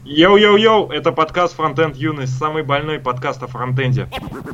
Йоу-йоу-йоу, это подкаст «Фронтенд Юность», самый больной подкаст о фронтенде.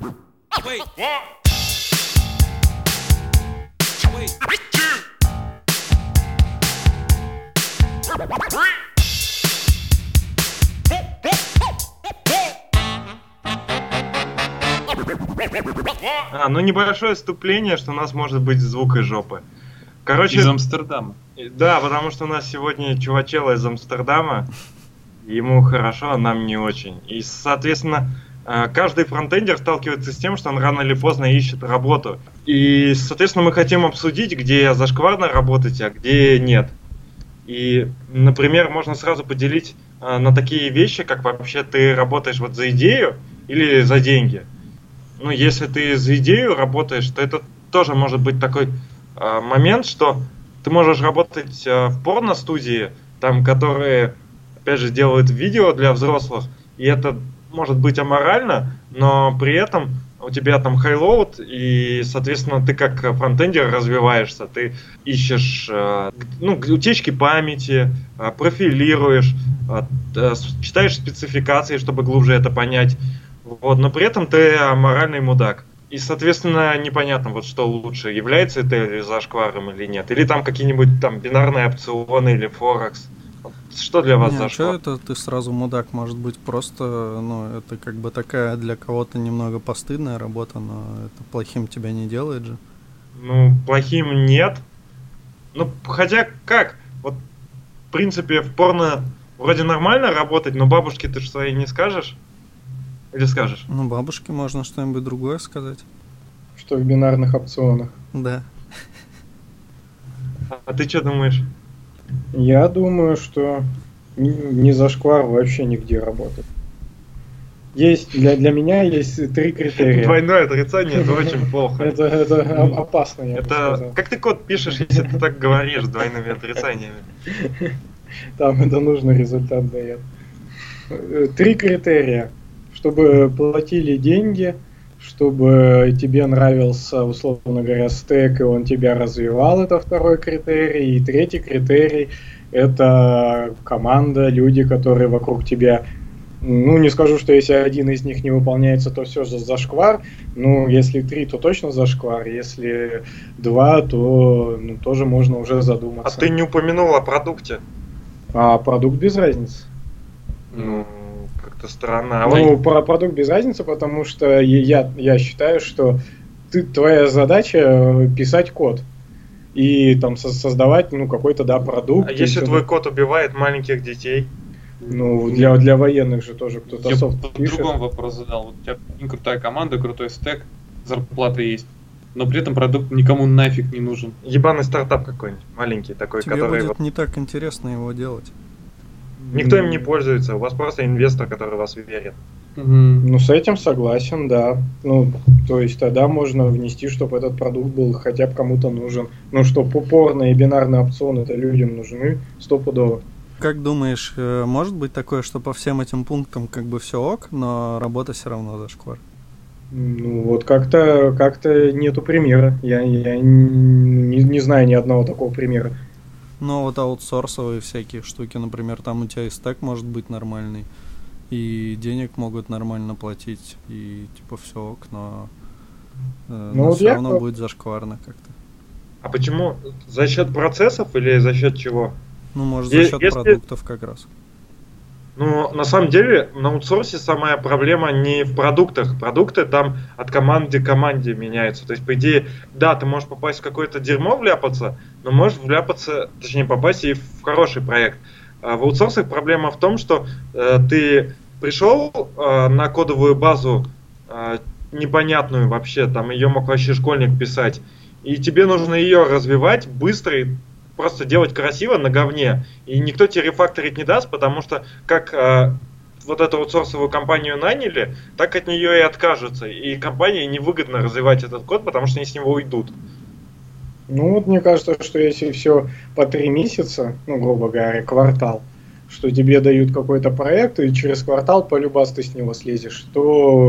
Ну небольшое вступление, что у нас может быть звук из жопы. Короче, из Амстердама. Да, потому что у нас сегодня чувачело из Амстердама. Ему хорошо, а нам не очень. И, соответственно, каждый фронтендер сталкивается с тем, что он рано или поздно ищет работу. И, соответственно, мы хотим обсудить, где зашкварно работать, а где нет. И, например, можно сразу поделить на такие вещи, как вообще ты работаешь вот за идею или за деньги. Ну, если ты за идею работаешь, то это тоже может быть такой момент, что ты можешь работать в порно-студии, там, которые, опять же, делают видео для взрослых, и это может быть аморально, но при этом у тебя там хайлоуд, и, соответственно, ты как фронтендер развиваешься, ты ищешь утечки памяти, профилируешь, читаешь спецификации, чтобы глубже это понять, вот, но при этом ты аморальный мудак. И, соответственно, непонятно, вот что лучше, является это зашкваром или нет. Или там какие-нибудь там бинарные опционы или Форекс. Что для вас зашквар? Что это ты сразу мудак? Может быть, просто, это как бы такая для кого-то немного постыдная работа, но это плохим тебя не делает же. Ну, плохим нет. Ну, хотя как? Вот, в принципе, в порно вроде нормально работать, но бабушке ты же своей не скажешь? Или скажешь? Ну, бабушке можно что-нибудь другое сказать. Что в бинарных опционах? Да. А ты что думаешь? Я думаю, что не зашквар вообще нигде работать. Есть для меня есть 3 критерия. Двойное отрицание — это очень плохо. Это опасно, я бы сказал. Как ты код пишешь, если ты так говоришь с двойными отрицаниями? Там это нужный результат дает. 3 критерия. Чтобы платили деньги, чтобы тебе нравился, условно говоря, стек, и он тебя развивал, это 2-й критерий. И 3-й критерий – это команда, люди, которые вокруг тебя. Ну, не скажу, что если один из них не выполняется, то все же зашквар. Ну, если 3, то точно зашквар. Если 2, то тоже можно уже задуматься. А ты не упомянул о продукте? А продукт без разницы. Как-то странно. Про продукт без разницы, потому что я считаю, что твоя задача писать код и там создавать какой-то продукт. А если твой код убивает маленьких детей? Ну, для военных же тоже кто-то софт пишет. Я по-другому вопрос задал. Вот у тебя крутая команда, крутой стек, зарплата есть, но при этом продукт никому нафиг не нужен. Ебаный стартап какой-нибудь, маленький такой, тебе который... Тебе будет не так интересно его делать. Никто им не пользуется, у вас просто инвестор, который в вас верит. Ну, с этим согласен, да. Ну, то есть тогда можно внести, чтобы этот продукт был хотя бы кому-то нужен. Ну, что порно и бинарные опционы это людям нужны стопудово. Как думаешь, может быть такое, что по всем этим пунктам как бы все ок, но работа все равно зашквар? Ну, вот как-то нету примера. Я не знаю ни одного такого примера. Ну, вот аутсорсовые всякие штуки, например, там у тебя и стек может быть нормальный, и денег могут нормально платить, и типа все ок, но все равно будет зашкварно как-то. А почему? За счет процессов или за счет чего? Ну, может, за счет продуктов как раз. Ну, на самом деле, на аутсорсе самая проблема не в продуктах. Продукты там от команды к команде меняются. То есть, по идее, да, ты можешь попасть в какое-то дерьмо вляпаться, но можешь вляпаться, точнее, попасть и в хороший проект. А в аутсорсах проблема в том, что ты пришел на кодовую базу непонятную вообще, там ее мог вообще школьник писать, и тебе нужно ее развивать быстро и просто делать красиво на говне, и никто тебе рефакторить не даст, потому что как вот эту аутсорсовую компанию наняли, так от нее и откажутся, и компании невыгодно развивать этот код, потому что они с него уйдут. Ну вот мне кажется, что если все по 3 месяца, грубо говоря, квартал, что тебе дают какой-то проект, и через квартал полюбас ты с него слезешь, то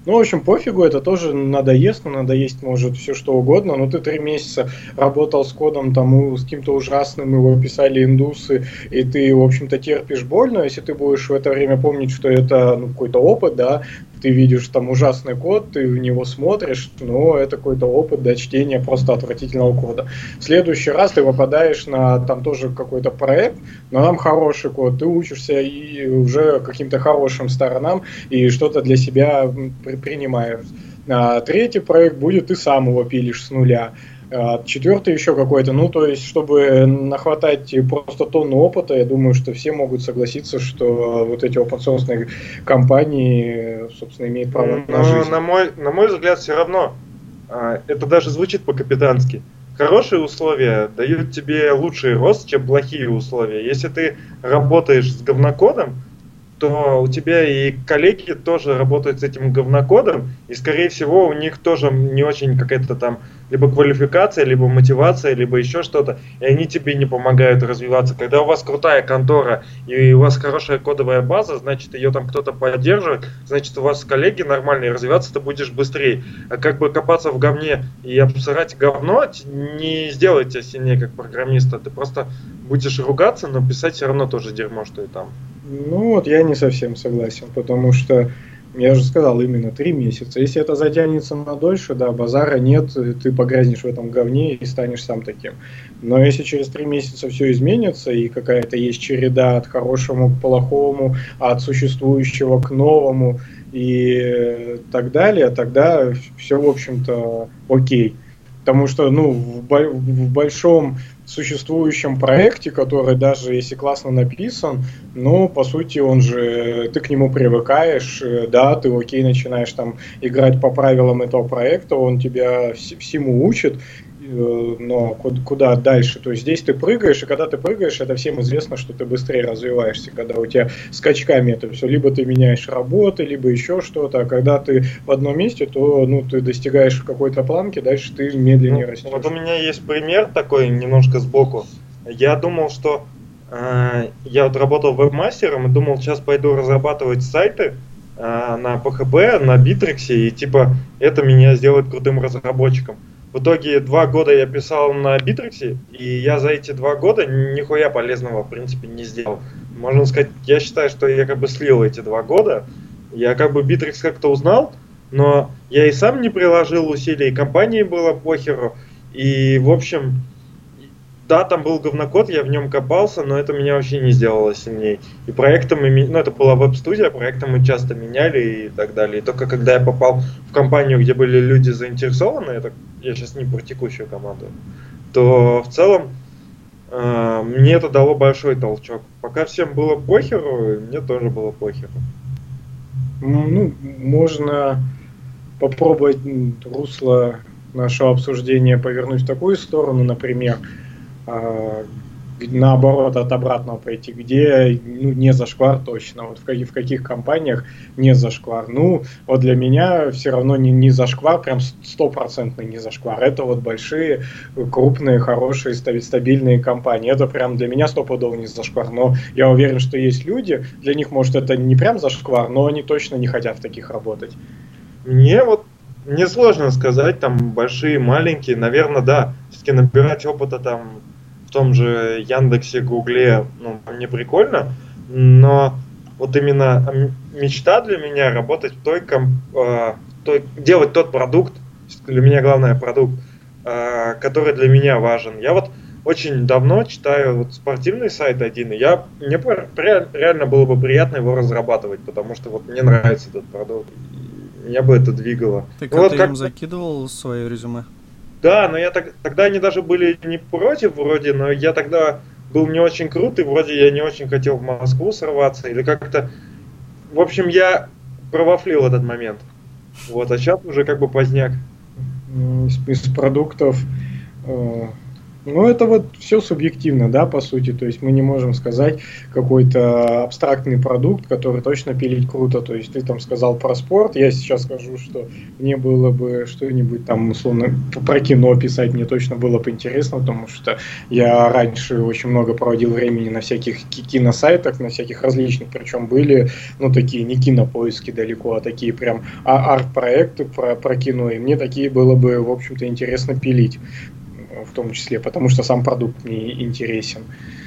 Ну, в общем, пофигу, это тоже надоест, но надоесть может все что угодно. Но ты 3 месяца работал с кодом, там, с каким-то ужасным, его писали индусы, и ты, в общем-то, терпишь боль, но если ты будешь в это время помнить, что это какой-то опыт, да, ты видишь там ужасный код, ты в него смотришь, но это какой-то опыт, да, чтения просто отвратительного кода. В следующий раз ты попадаешь на там тоже какой-то проект, но там хороший код, ты учишься и уже каким-то хорошим сторонам, и что-то для себя принимаешь. Третий проект будет, ты сам его пилишь с нуля. Четвертый еще какой-то. Ну, то есть, чтобы нахватать просто тонну опыта, я думаю, что все могут согласиться, что вот эти open-source компании, собственно, имеют право на жизнь. На мой взгляд, все равно это даже звучит по-капитански. Хорошие условия дают тебе лучший рост, чем плохие условия. Если ты работаешь с говнокодом, то у тебя и коллеги тоже работают с этим говнокодом, и, скорее всего, у них тоже не очень какая-то там либо квалификация, либо мотивация, либо еще что-то, и они тебе не помогают развиваться. Когда у вас крутая контора, и у вас хорошая кодовая база, значит, ее там кто-то поддерживает, значит, у вас коллеги нормальные, развиваться ты будешь быстрее. А как бы копаться в говне и обсырать говно не сделает тебя сильнее как программиста, ты просто будешь ругаться, но писать все равно тоже дерьмо, что и там. Ну вот я не совсем согласен, потому что, я уже сказал, именно 3 месяца. Если это затянется на дольше, да, базара нет, ты погрязнешь в этом говне и станешь сам таким. Но если через 3 месяца все изменится, и какая-то есть череда от хорошему к плохому, от существующего к новому и так далее, тогда все, в общем-то, окей. Потому что, в большом существующем проекте, который даже если классно написан, но по сути ты к нему привыкаешь, да, ты окей, начинаешь там играть по правилам этого проекта, он тебя всему учит, но куда дальше? То есть здесь ты прыгаешь, и когда ты прыгаешь, это всем известно, что ты быстрее развиваешься, когда у тебя скачками это все, либо ты меняешь работы, либо еще что-то, а когда ты в одном месте, то ты достигаешь какой-то планки, дальше ты медленнее растешь. Вот у меня есть пример такой немножко сбоку. Я думал, что я вот работал веб-мастером и думал, сейчас пойду разрабатывать сайты на PHP, на Bittrex, и типа это меня сделает крутым разработчиком. В итоге 2 года я писал на Bittrex, и я за эти 2 года нихуя полезного в принципе не сделал. Можно сказать, я считаю, что я как бы слил эти 2 года. Я как бы Bittrex как-то узнал, но я и сам не приложил усилий, и компании было похеру. И в общем, да, там был говнокод, я в нем копался, но это меня вообще не сделало сильнее. И проекты это была веб-студия, проекты мы часто меняли и так далее. И только когда я попал в компанию, где были люди заинтересованы, я сейчас не про текущую команду, то в целом мне это дало большой толчок. Пока всем было похеру, мне тоже было похеру. Можно попробовать русло нашего обсуждения повернуть в такую сторону, например, наоборот, от обратного пойти, где не зашквар точно, вот в каких компаниях не зашквар. Вот для меня все равно не зашквар, прям 100% не зашквар. Это вот большие, крупные, хорошие, стабильные компании. Это прям для меня стопудово не зашквар. Но я уверен, что есть люди, для них, может, это не прям зашквар, но они точно не хотят в таких работать. Мне сложно сказать, там большие, маленькие, наверное, да. Все-таки набирать опыта там в том же Яндексе, Гугле, мне прикольно, но вот именно мечта для меня работать делать тот продукт, для меня главное продукт, который для меня важен. Я вот очень давно читаю спортивный сайт один, и мне реально было бы приятно его разрабатывать, потому что вот мне нравится этот продукт, меня бы это двигало. Ты им закидывал свое резюме? Да, но тогда они даже были не против вроде, но я тогда был не очень крут, и вроде я не очень хотел в Москву сорваться, или как-то... В общем, я провафлил этот момент. А сейчас уже как бы поздняк. Из продуктов Ну, это вот все субъективно, да, по сути. То есть мы не можем сказать какой-то абстрактный продукт, который точно пилить круто. То есть ты там сказал про спорт, я сейчас скажу, что мне было бы что-нибудь там, условно, про кино писать, мне точно было бы интересно, потому что я раньше очень много проводил времени на всяких киносайтах, на всяких различных, причем были, ну, такие не кинопоиски далеко, а такие прям арт-проекты про кино, и мне такие было бы, в общем-то, интересно пилить. В том числе, потому что сам продукт мне интересен.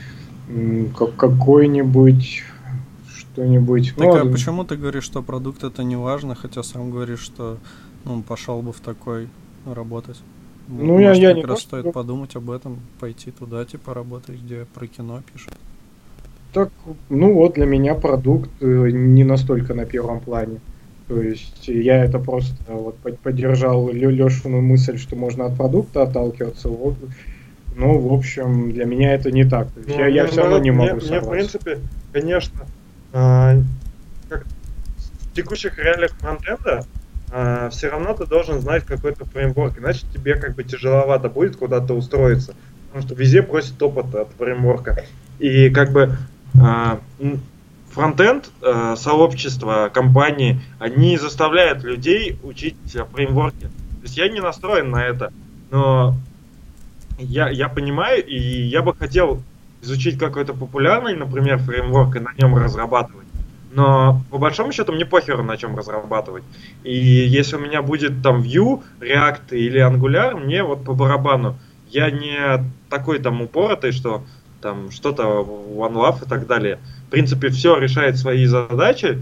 Какой-нибудь, что-нибудь... Так, а почему ты говоришь, что продукт это не важно, хотя сам говоришь, что пошел бы в такой работать? Ну, может, я как раз стоит подумать об этом, пойти туда, типа, работать, где про кино пишут. Так, ну вот, для меня продукт не настолько на первом плане. То есть я это просто вот поддержал Лешину мысль, что можно от продукта отталкиваться. Вот. Ну, в общем, для меня это не так. То есть я все равно не могу мне, в принципе, конечно, как в текущих реалиях фронтенда все равно ты должен знать какой-то фреймворк, иначе тебе как бы тяжеловато будет куда-то устроиться. Потому что везде просят опыт от фреймворка. И как бы фронтенд, сообщества, компании, они заставляют людей учить фреймворки. То есть я не настроен на это, но я понимаю, и я бы хотел изучить какой-то популярный, например, фреймворк и на нем разрабатывать. Но по большому счету мне похеру на чем разрабатывать. И если у меня будет там Vue, React или Angular, мне вот по барабану. Я не такой там упоротый, что там что-то OneLove и так далее. В принципе, все решает свои задачи,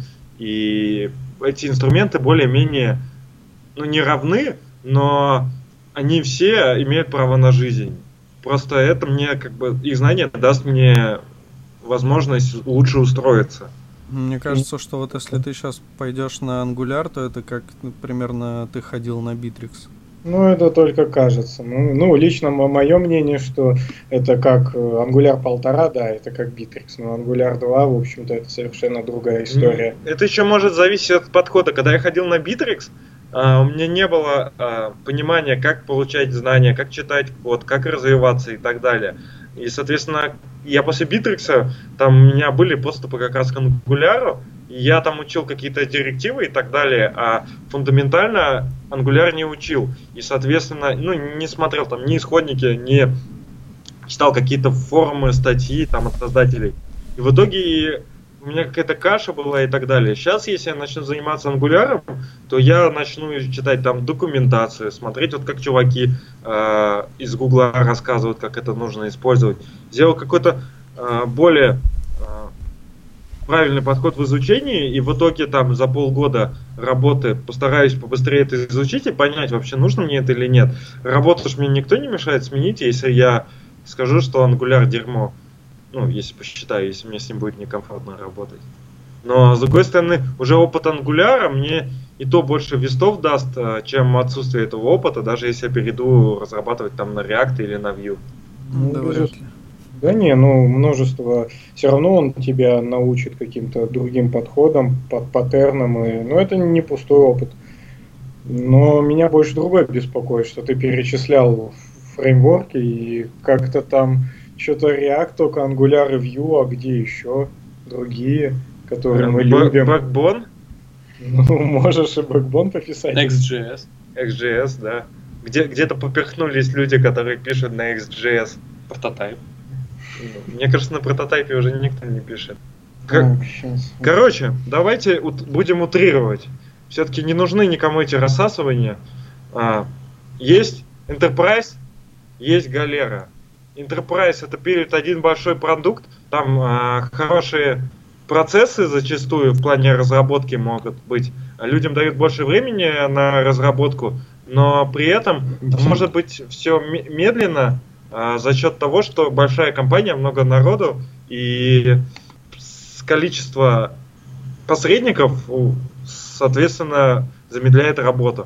и эти инструменты более-менее, ну, не равны, но они все имеют право на жизнь. Просто это мне, как бы, их знание даст мне возможность лучше устроиться. Мне кажется, что вот если ты сейчас пойдешь на Angular, то это как, примерно, ты ходил на Bittrex. Ну, это только кажется. Ну, лично мое мнение, что это как Angular 1.5, да, это как Bittrex, но Angular 2, в общем-то, это совершенно другая история. Это еще может зависеть от подхода. Когда я ходил на Bittrex, у меня не было понимания, как получать знания, как читать код, как развиваться и так далее. И, соответственно, я после Bittrex, там у меня были поступы как раз к Angular, и я там учил какие-то директивы и так далее, а фундаментально Angular не учил. И, соответственно, ну, не смотрел там ни исходники, не читал какие-то форумы, статьи там от создателей. И в итоге у меня какая-то каша была и так далее. Сейчас, если я начну заниматься Angular, то я начну читать там документацию, смотреть, вот как чуваки из Гугла рассказывают, как это нужно использовать. Сделал какой-то более правильный подход в изучении, и в итоге там за полгода работы постараюсь побыстрее это изучить и понять, вообще нужно мне это или нет. Работу ж мне никто не мешает сменить, если я скажу, что Angular дерьмо. Ну, если посчитаю, если мне с ним будет некомфортно работать. Но, с другой стороны, уже опыт Angular мне и то больше вестов даст, чем отсутствие этого опыта, даже если я перейду разрабатывать там на React или на Vue. Да, вряд ли. Да не, ну множество. Все равно он тебя научит каким-то другим подходам, паттернам. Ну, это не пустой опыт. Но меня больше другое беспокоит, что ты перечислял фреймворки и как-то там что-то React, только Angular и Vue, а где еще другие, которые мы любим. Backbone? Ну, можешь и Backbone пописать. XJS, да. Где-то поперхнулись люди, которые пишут на XJS. Прототайп. Мне кажется, на прототайпе уже никто не пишет. Короче, давайте будем утрировать. Все-таки не нужны никому эти рассасывания. Есть Enterprise, есть Галера. Enterprise — это пилит один большой продукт, там хорошие процессы зачастую в плане разработки могут быть. Людям дают больше времени на разработку, но при этом может быть все медленно за счет того, что большая компания, много народу и количество посредников, соответственно, замедляет работу.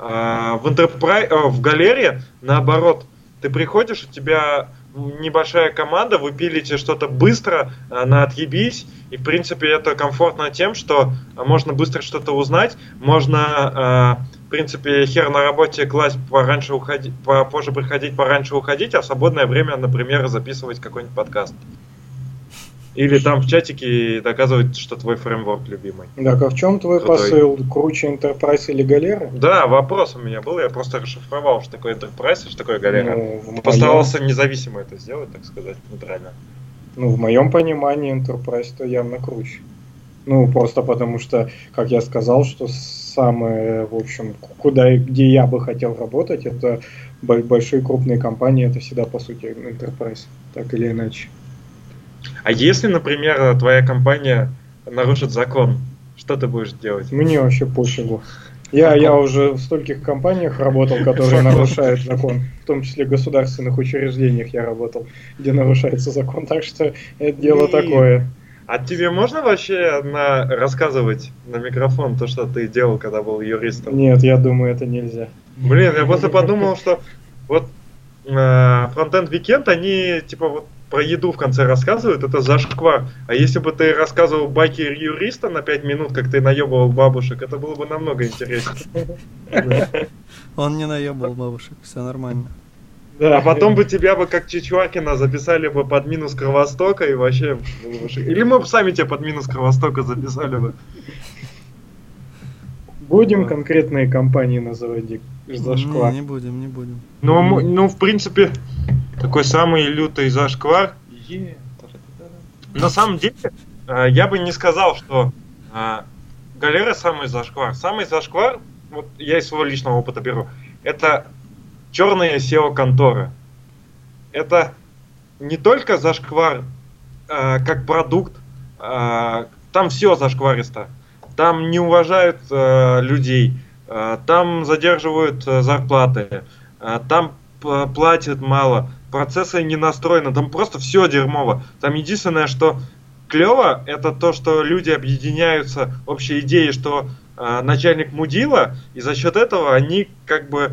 В Галере, наоборот, ты приходишь, у тебя небольшая команда, вы пилите что-то быстро, на отъебись, и в принципе это комфортно тем, что можно быстро что-то узнать, можно в принципе, хер на работе класть пораньше уходить, попозже приходить, пораньше уходить, а в свободное время, например, записывать какой-нибудь подкаст. Или там в чатике доказывать, что твой фреймворк любимый. Так, а в чем твой Крутой. посыл? Круче Enterprise или Галера? Да, вопрос у меня был, я просто расшифровал, что такое Enterprise и что такое Галера. Ну, Постарался независимо это сделать, так сказать, нейтрально. Ну, в моем понимании Enterprise-то явно круче. Ну, просто потому что, как я сказал, что самое, в общем, куда и где я бы хотел работать, это большие крупные компании, это всегда, по сути, Enterprise, так или иначе. А если, например, твоя компания нарушит закон, что ты будешь делать? Мне вообще пофигу. Я уже в стольких компаниях работал, которые нарушают закон, в том числе в государственных учреждениях я работал, где нарушается закон, так что это дело такое. А тебе можно вообще рассказывать на микрофон то, что ты делал, когда был юристом? Нет, я думаю, это нельзя. Блин, я просто подумал, что вот Frontend Weekend, они типа вот про еду в конце рассказывают, это зашквар. А если бы ты рассказывал байки юриста на 5 минут, как ты наебывал бабушек, это было бы намного интереснее. Он не наебал бабушек, все нормально. А потом бы тебя бы, как Чичваркина, записали бы под минус Кровостока и вообще... Или мы бы сами тебя под минус Кровостока записали бы. Будем конкретные компании называть зашквар? Не будем. Ну, в принципе, такой самый лютый зашквар. На самом деле, я бы не сказал, что Галера самый зашквар. Самый зашквар, вот я из своего личного опыта беру, это черные SEO-конторы. Это не только зашквар как продукт, там все зашкваристо. Там не уважают людей, там задерживают зарплаты, там платят мало, процессы не настроены, там просто все дерьмово. Там единственное, что клево, это то, что люди объединяются общей идеей, что начальник мудила, и за счет этого они как бы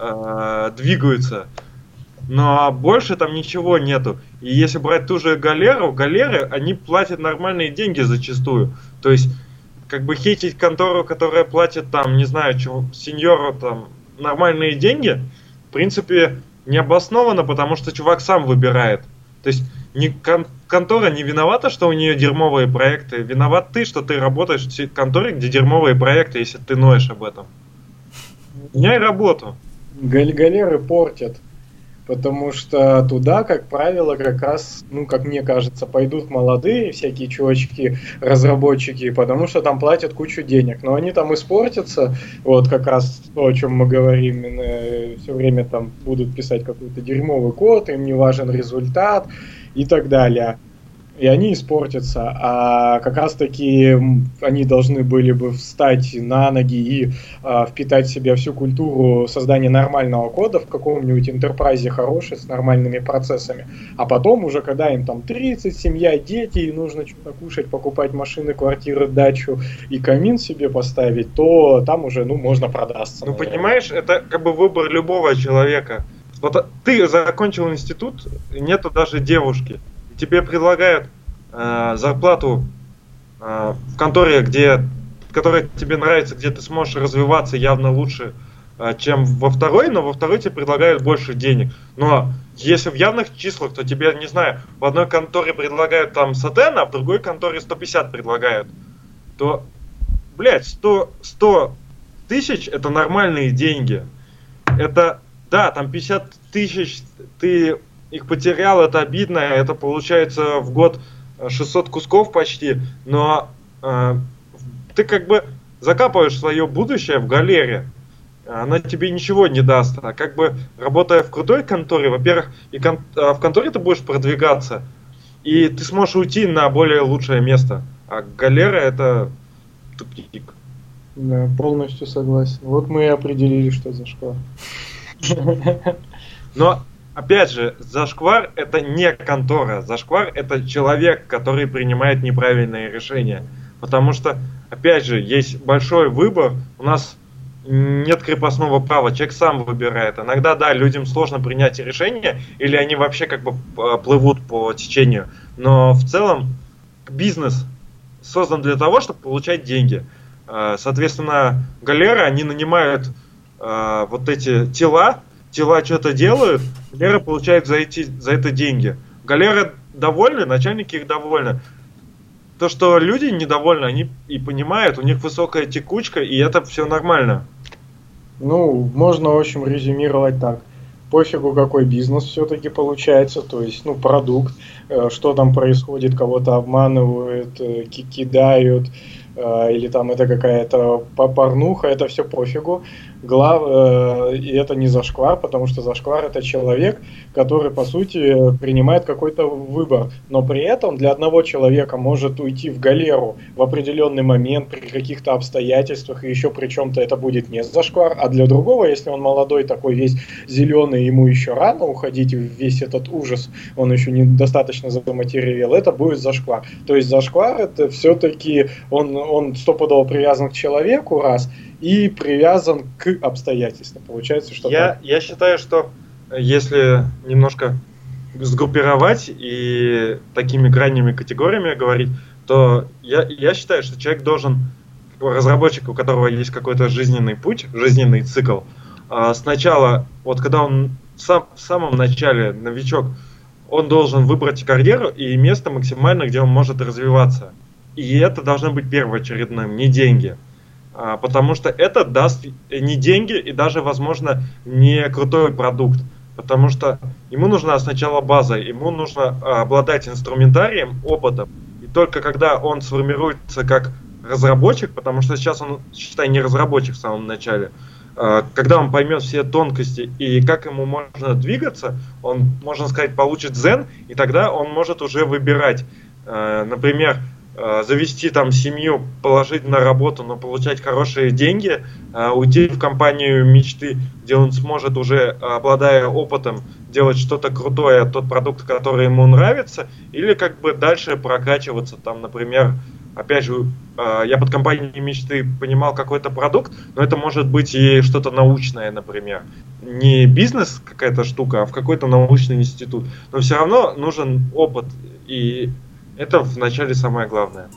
двигаются. Но больше там ничего нету. И если брать ту же Галеру, Галеры, они платят нормальные деньги зачастую. То есть, как бы хейтить контору, которая платит там, не знаю, сеньору там нормальные деньги, в принципе, не обоснованно, потому что чувак сам выбирает. То есть, контора не виновата, что у нее дерьмовые проекты. Виноват ты, что ты работаешь в конторе, где дерьмовые проекты, если ты ноешь об этом. Меняй работу. Галеры портят, потому что туда, как правило, как раз, ну, как мне кажется, пойдут молодые всякие чувачки, разработчики, потому что там платят кучу денег, но они там испортятся, вот как раз то, о чем мы говорим, все время там будут писать какой-то дерьмовый код, им не важен результат и так далее. И они испортятся, а как раз таки они должны были бы встать на ноги и впитать в себя всю культуру создания нормального кода в каком-нибудь интерпрайзе хороший, с нормальными процессами. А потом уже, когда им там 30, семья, дети, и нужно что-то кушать, покупать машины, квартиры, дачу и камин себе поставить, то там уже, ну, можно продастся. Ну, понимаешь, это как бы выбор любого человека. Вот ты закончил институт, нету даже девушки. Тебе предлагают зарплату в конторе, которая тебе нравится, где ты сможешь развиваться явно лучше, чем во второй, но во второй тебе предлагают больше денег. Но если в явных числах, то тебе, не знаю, в одной конторе предлагают там сатен, а в другой конторе 150 предлагают, то, блядь, 100 тысяч это нормальные деньги. Это, да, там 50 тысяч ты их потерял, это обидно, это получается в год 600 кусков почти, но ты как бы закапываешь свое будущее в галере, она тебе ничего не даст, а как бы работая в крутой конторе, во-первых, в конторе ты будешь продвигаться, и ты сможешь уйти на более лучшее место, а галера это тупик. Да, полностью согласен. Вот мы и определили, что за шквар. Но опять же, зашквар это не контора, зашквар это человек, который принимает неправильные решения. Потому что, опять же, есть большой выбор, у нас нет крепостного права, человек сам выбирает. Иногда, да, людям сложно принять решение, или они вообще как бы плывут по течению. Но в целом бизнес создан для того, чтобы получать деньги. Соответственно, галеры, они нанимают вот эти тела что-то делают, галеры получают за это деньги. Галеры довольны, начальники их довольны. То, что люди недовольны, они и понимают, у них высокая текучка, и это все нормально. Ну, можно, в общем, резюмировать так. Пофигу, какой бизнес все-таки получается, то есть, ну, продукт, что там происходит, кого-то обманывают, кидают, или там это какая-то порнуха, это все пофигу. И это не зашквар, потому что зашквар это человек, который, по сути, принимает какой-то выбор. Но при этом для одного человека может уйти в галеру в определенный момент, при каких-то обстоятельствах, и еще при чем-то это будет не зашквар. А для другого, если он молодой, такой весь зеленый, ему еще рано уходить в весь этот ужас, он еще недостаточно заматериал, это будет зашквар. То есть зашквар это все-таки он стопудово привязан к человеку, раз, и привязан к обстоятельствам. Получается, что я считаю, что если немножко сгруппировать и такими крайними категориями говорить, то я считаю, что человек должен, разработчик, у которого есть какой-то жизненный путь, жизненный цикл, сначала, вот когда он в самом начале новичок, он должен выбрать карьеру и место максимально, где он может развиваться. И это должно быть первоочередным, не деньги. Потому что это даст не деньги и даже, возможно, не крутой продукт. Потому что ему нужна сначала база, ему нужно обладать инструментарием, опытом. И только когда он сформируется как разработчик, потому что сейчас он, считай, не разработчик в самом начале, когда он поймет все тонкости и как ему можно двигаться, он, можно сказать, получит дзен, и тогда он может уже выбирать, например, завести там семью, положить на работу, но получать хорошие деньги, уйти в компанию мечты, где он сможет уже, обладая опытом, делать что-то крутое, тот продукт, который ему нравится, или как бы дальше прокачиваться, там, например, опять же, я под компанией мечты понимал какой-то продукт, но это может быть и что-то научное, например. Не бизнес какая-то штука, а в какой-то научный институт. Но все равно нужен опыт, и это вначале самое главное.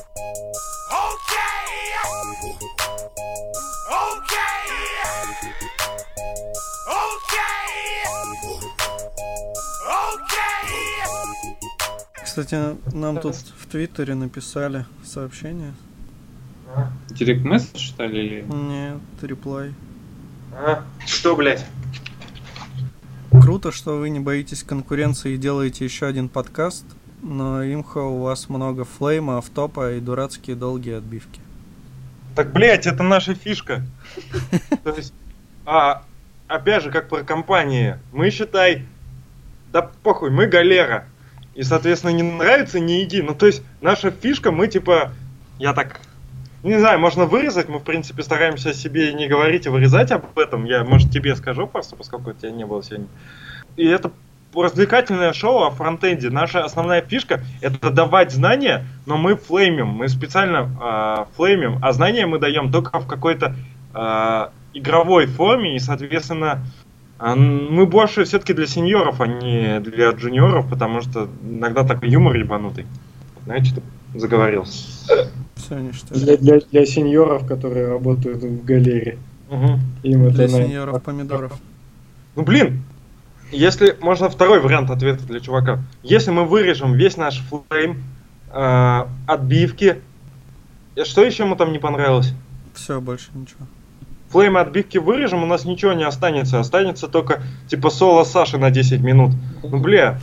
Кстати, нам тут в Твиттере написали сообщение. Директ месседж читали или? Нет, реплай. Что, блядь? Круто, что вы не боитесь конкуренции и делаете еще один подкаст, но имхо у вас много флейма, автопа и дурацкие долгие отбивки. Так, блядь, это наша фишка. То есть, опять же, как про компании, мы, считай, да похуй, мы галера. И, соответственно, не нравится, не иди. Ну, то есть, наша фишка, мы типа, я так, не знаю, можно вырезать, мы, в принципе, стараемся себе не говорить и вырезать об этом. Я, может, тебе скажу просто, поскольку тебя не было сегодня. И это развлекательное шоу о фронтенде. Наша основная фишка — это давать знания, но мы флеймим, мы специально флеймим, а знания мы даем только в какой-то игровой форме, и, соответственно, мы больше все-таки для сеньоров, а не для джуниоров, потому что иногда такой юмор ебанутый. Знаете, что заговорился. Все, ништяк. Для сеньоров, которые работают в галере. Угу. Им Для это сеньоров помидоров. Ну, блин, если можно второй вариант ответа для чувака. Если мы вырежем весь наш флейм, отбивки, что еще ему там не понравилось? Все, больше ничего. Флейм отбивки вырежем, у нас ничего не останется. Останется только типа соло Саши на 10 минут. Ну, бля.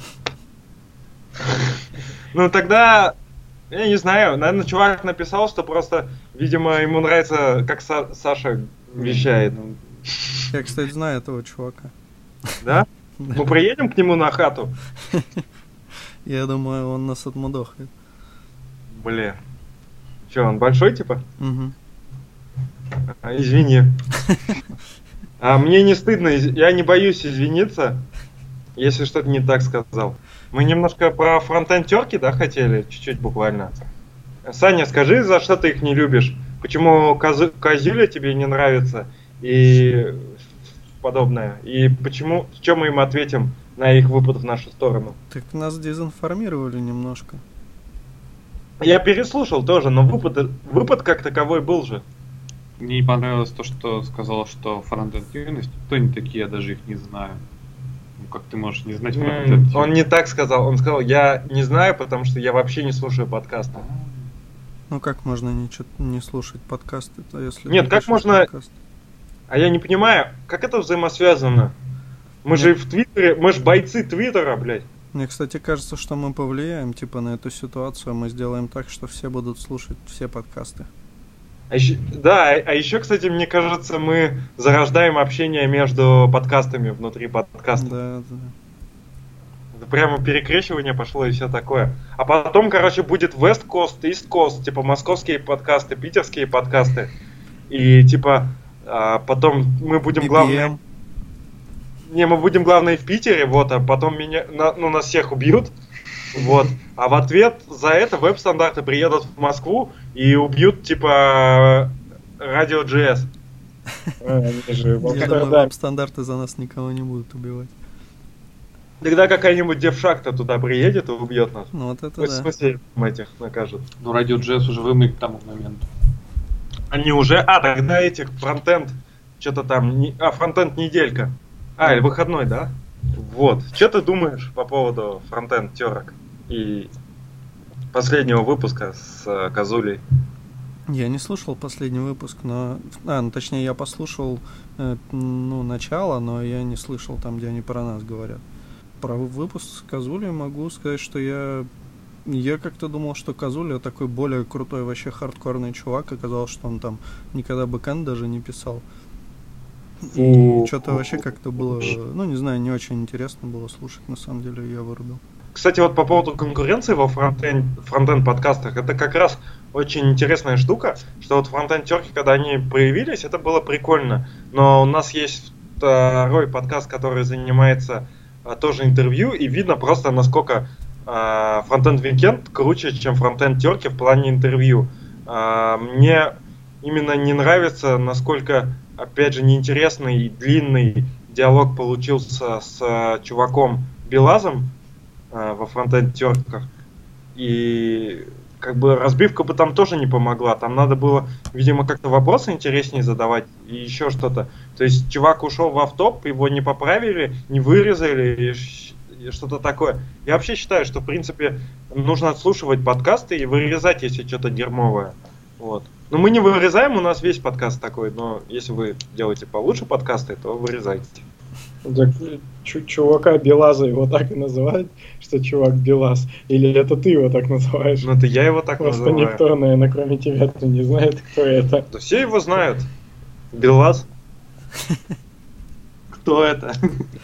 Ну, тогда, я не знаю, наверное, чувак написал, что просто, видимо, ему нравится, как Саша вещает. Я, кстати, знаю этого чувака. Да? Мы приедем к нему на хату? Я думаю, он нас отмудохает. Бля. Че, он большой, типа? Угу. Извини. Мне не стыдно, я не боюсь извиниться, если что-то не так сказал. Мы немножко про фронтенд терки, да, хотели? Чуть-чуть буквально. Саня, скажи, за что ты их не любишь? Почему Козюля тебе не нравится? И подобное. И почему, что мы им ответим на их выпад в нашу сторону? Так нас дезинформировали немножко. Я переслушал тоже, но выпад как таковой был же. Мне не понравилось то, что сказал, что фронтенд юность. Кто они такие, я даже их не знаю. Ну как ты можешь не знать фронтенд? Он не так сказал. Он сказал, я не знаю, потому что я вообще не слушаю подкасты. Ну как можно не слушать подкасты, если Нет, ты как пишешь можно... подкаст? А я не понимаю, как это взаимосвязано? Мы же в Твиттере, мы же бойцы Твиттера, блядь. Мне, кстати, кажется, что мы повлияем типа на эту ситуацию, мы сделаем так, что все будут слушать все подкасты. А еще, кстати, мне кажется, мы зарождаем общение между подкастами внутри подкаста. Да. Это прямо перекрещивание пошло и все такое. А потом, короче, будет West Coast, East Coast, типа московские подкасты, питерские подкасты. И типа потом мы будем главные... Не, мы будем главные в Питере, вот, а потом нас всех убьют. Вот. А в ответ за это веб-стандарты приедут в Москву и убьют, типа, Радио.js. Я думаю, веб-стандарты за нас никого не будут убивать. Тогда какая-нибудь девшахта туда приедет и убьет нас. Ну вот это в смысле, этих накажут. Ну, Радио.js уже вымер к тому моменту. Они уже... тогда этих фронтенд... Что-то там... фронтенд неделька. Или выходной, да? Вот. Что ты думаешь по поводу фронтенд терок и последнего выпуска с Козулей? Я не слушал последний выпуск, но... точнее, я послушал начало, но я не слышал там, где они про нас говорят. Про выпуск с Козулей могу сказать, что я как-то думал, что Козуля такой более крутой, вообще хардкорный чувак. Оказалось, что он там никогда бэкэнд даже не писал. И что-то вообще как-то было, не знаю, не очень интересно было слушать, на самом деле, я вырубил. Кстати, вот по поводу конкуренции во фронтенд подкастах, это как раз очень интересная штука, что вот фронтенд-терки, когда они появились, это было прикольно. Но у нас есть второй подкаст, который занимается тоже интервью, и видно просто, насколько фронтенд-викенд круче, чем фронтенд-терки в плане интервью. Мне именно не нравится, насколько, опять же, неинтересный и длинный диалог получился с чуваком Белазом во фронтенд-терках. И как бы разбивка бы там тоже не помогла. Там надо было, видимо, как-то вопросы интереснее задавать и еще что-то. То есть чувак ушел в автоп, его не поправили, не вырезали и что-то такое. Я вообще считаю, что в принципе нужно отслушивать подкасты и вырезать, если что-то дерьмовое. Вот. Но мы не вырезаем, у нас весь подкаст такой, но если вы делаете получше подкасты, то вырезайте. Так, чувака Белаза его так и называют, что чувак Белаз? Или это ты его так называешь? Ну это я его так просто называю. Просто никто, наверное, кроме тебя не знает, кто это. Да все его знают. Белаз. Кто это?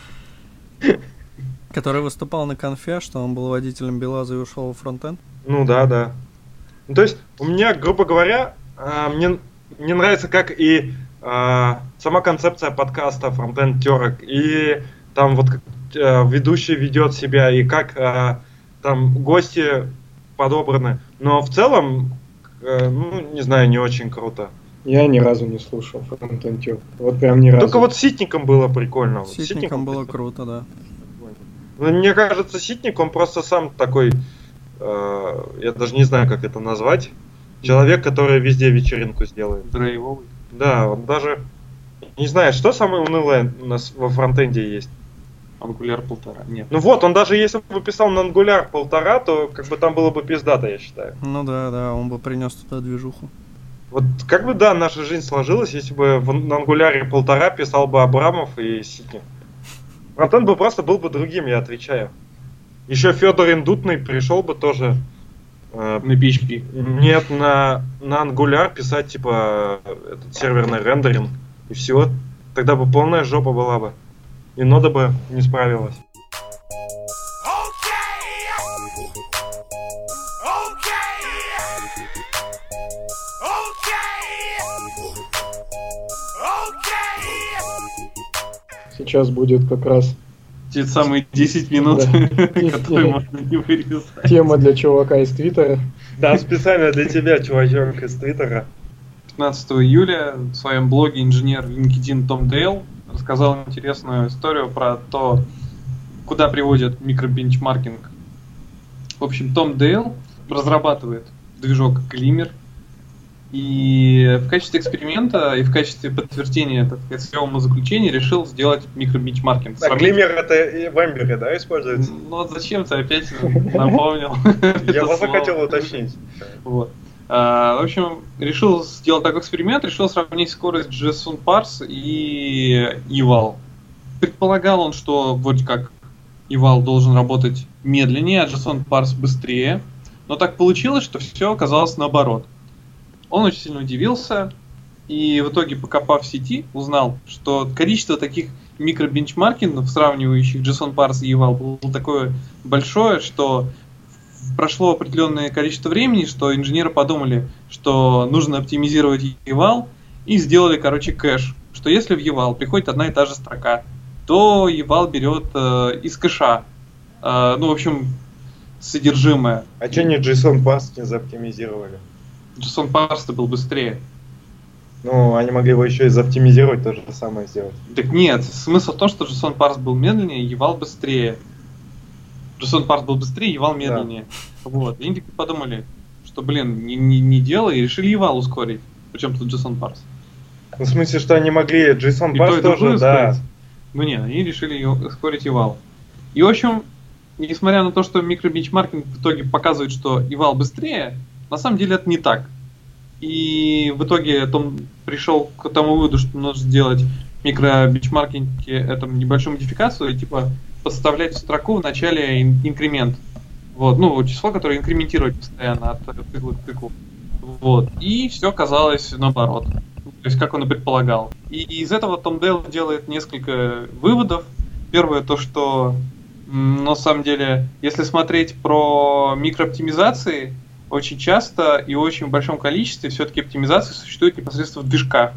Который выступал на конфе, что он был водителем Белаза и ушел во фронтенд? Ну да. Ну, то есть у меня, грубо говоря, мне нравится, как и сама концепция подкаста фронтенд-терок, и там вот как ведущий ведет себя, и как там гости подобраны. Но в целом, не знаю, не очень круто. Я ни разу не слушал фронтенд-терок. Вот прям ни разу. Только вот Ситником было прикольно. Ситником было круто, да. Мне кажется, Ситник, он просто сам такой, я даже не знаю, как это назвать, человек, который везде вечеринку сделает. Драйвовый. Да, он даже, не знаю, что самое унылое у нас во фронтенде есть. Angular 1.5, нет. Ну вот, он даже если бы писал на Angular 1.5, то как бы там было бы пиздато, я считаю. Ну да, он бы принес туда движуху. Вот как бы, да, наша жизнь сложилась, если бы на Angular 1.5 писал бы Абрамов и Ситник. Фронтенд бы просто был бы другим, я отвечаю. Еще Федор Индутный пришел бы тоже... на PHP. Нет, на Angular писать, типа, этот серверный рендеринг, и все. Тогда бы полная жопа была бы. И нода бы не справилась. Сейчас будет как раз... Те самые 10 минут, которые можно не вырезать. Тема для чувака из Твиттера. Да, специально для тебя, чувачок из Твиттера. 15 июля в своем блоге инженер LinkedIn Том Дейл рассказал интересную историю про то, куда приводит микробенчмаркинг. В общем, Том Дейл разрабатывает движок Glimmer. И в качестве эксперимента и в качестве подтверждения, так сказать, своего заключения решил сделать микробенчмаркинг. А Glimmer это и в Ember, да, используется? Ну вот зачем ты опять напомнил? Я просто хотел уточнить. Вот. В общем, решил сделать такой эксперимент, решил сравнить скорость JSON Parse и Eval. Предполагал он, что вроде как Eval должен работать медленнее, а JSON Parse быстрее. Но так получилось, что все оказалось наоборот. Он очень сильно удивился и в итоге, покопав в сети, узнал, что количество таких микробенчмаркингов, сравнивающих JSON Parse и Eval, было такое большое, что прошло определенное количество времени, что инженеры подумали, что нужно оптимизировать Eval, и сделали, короче, кэш, что если в Eval приходит одна и та же строка, то Eval берет из кэша, ну, в общем, содержимое. А что не JSON Parse не заоптимизировали? JSON Parse был быстрее. Ну, они могли его еще и заоптимизировать, то же самое сделать. Так нет, смысл в том, что JSON Parse был медленнее, Eval быстрее. JSON Parse был быстрее, Eval медленнее. Да. Вот. И они подумали, что, блин, не делай, и решили Eval ускорить. Причем тут JSON Parse. Ну, в смысле, что они могли JSON Parse тоже, да. Ну нет, они решили ускорить Eval. И, в общем, несмотря на то, что микробенчмаркинг в итоге показывает, что Eval быстрее, на самом деле это не так. И в итоге Том пришел к тому выводу, что нужно сделать микробенчмаркинге эту небольшую модификацию, типа подставлять в строку в начале инкремент. Вот, ну, число, которое инкрементировать постоянно от цикла к циклу. Вот. И все оказалось наоборот. То есть, как он и предполагал. И из этого Том Дейл делает несколько выводов. Первое, то, что на самом деле, если смотреть про микрооптимизации, очень часто и очень в большом количестве все-таки оптимизации существует непосредственно в движках.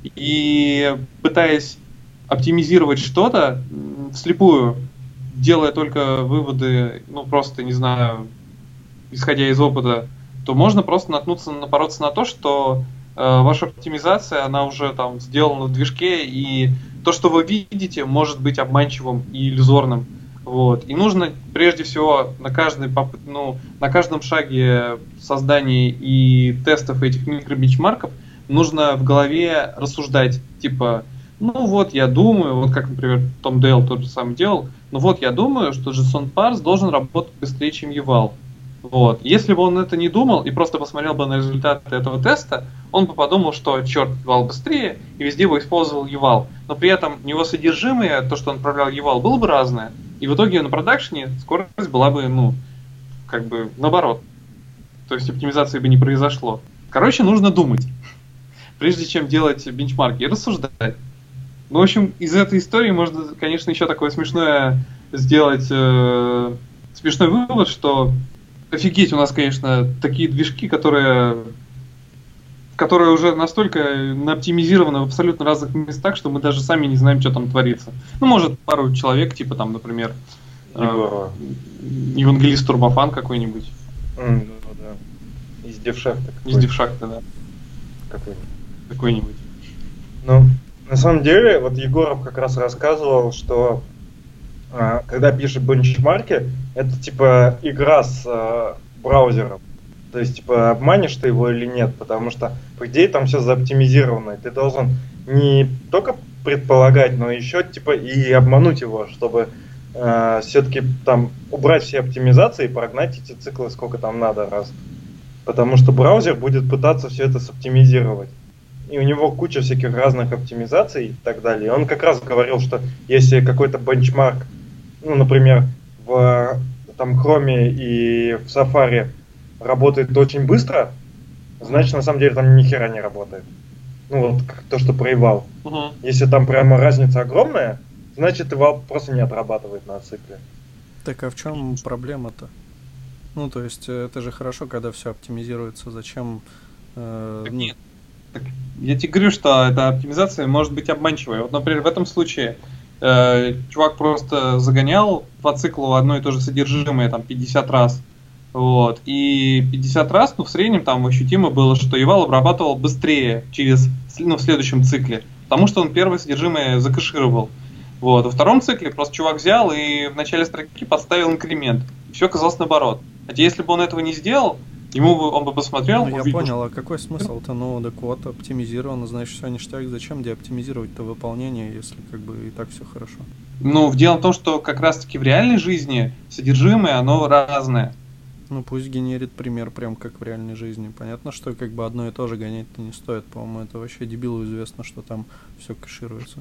И пытаясь оптимизировать что-то вслепую, делая только выводы, ну просто, не знаю, исходя из опыта, то можно просто напороться на то, что ваша оптимизация, она уже там сделана в движке, и то, что вы видите, может быть обманчивым и иллюзорным. Вот. И нужно прежде всего на каждом шаге создания и тестов этих микробенчмарков нужно в голове рассуждать, типа, ну вот я думаю, вот как, например, Том Дейл тот же самый делал, ну вот я думаю, что JSON Parse должен работать быстрее, чем Eval. Вот. Если бы он это не думал и просто посмотрел бы на результаты этого теста, он бы подумал, что черт, Eval быстрее, и везде бы использовал Eval. Но при этом у него содержимое, то, что он отправлял Eval, было бы разное. И в итоге на продакшене скорость была бы, ну, как бы наоборот. То есть оптимизации бы не произошло. Короче, нужно думать, прежде чем делать бенчмарки, и рассуждать. Ну, в общем, из этой истории можно, конечно, еще такое смешное сделать, смешной вывод, что офигеть, у нас, конечно, такие движки, которые уже настолько оптимизированы в абсолютно разных местах, что мы даже сами не знаем, что там творится. Ну, может, пару человек, типа там, например, Евангелист Турбофан какой-нибудь. Да. Из Девшахта. Из Девшахта, да. Какой-нибудь. Ну, на самом деле, вот Егоров как раз рассказывал, что когда пишет бенчмарки, это типа игра с браузером. То есть, типа, обманешь ты его или нет, потому что, по идее, там все заоптимизировано, и ты должен не только предполагать, но еще, типа, и обмануть его, чтобы все-таки там убрать все оптимизации и прогнать эти циклы сколько там надо раз. Потому что браузер будет пытаться все это соптимизировать. И у него куча всяких разных оптимизаций и так далее. И он как раз говорил, что если какой-то бенчмарк, ну, например, в там Chrome и в Safari работает очень быстро, значит, на самом деле там ни хера не работает. Ну, вот то, что про Eval. Если там прямо разница огромная, значит, Eval просто не отрабатывает на цикле. Так а в чем проблема-то? Ну, то есть, это же хорошо, когда все оптимизируется. Зачем? Нет. Так, я тебе говорю, что эта оптимизация может быть обманчивой. Вот, например, в этом случае чувак просто загонял по циклу одно и то же содержимое там 50 раз. Вот. И 50 раз, ну, в среднем там ощутимо было, что Eval обрабатывал быстрее в следующем цикле, потому что он первое содержимое закэшировал. Вот. Во втором цикле просто чувак взял и в начале строки подставил инкремент. И все оказалось наоборот. Хотя если бы он этого не сделал, Он бы посмотрел, Ну, я увидел, понял, а какой смысл-то? Ну, да код оптимизирован, значит, все ништяк. Зачем деоптимизировать-то выполнение, если как бы и так все хорошо? Ну, дело в том, что как раз-таки в реальной жизни содержимое, оно разное. Ну, пусть генерит пример прям как в реальной жизни. Понятно, что как бы одно и то же гонять-то не стоит. По-моему, это вообще дебилу известно, что там все кэшируется.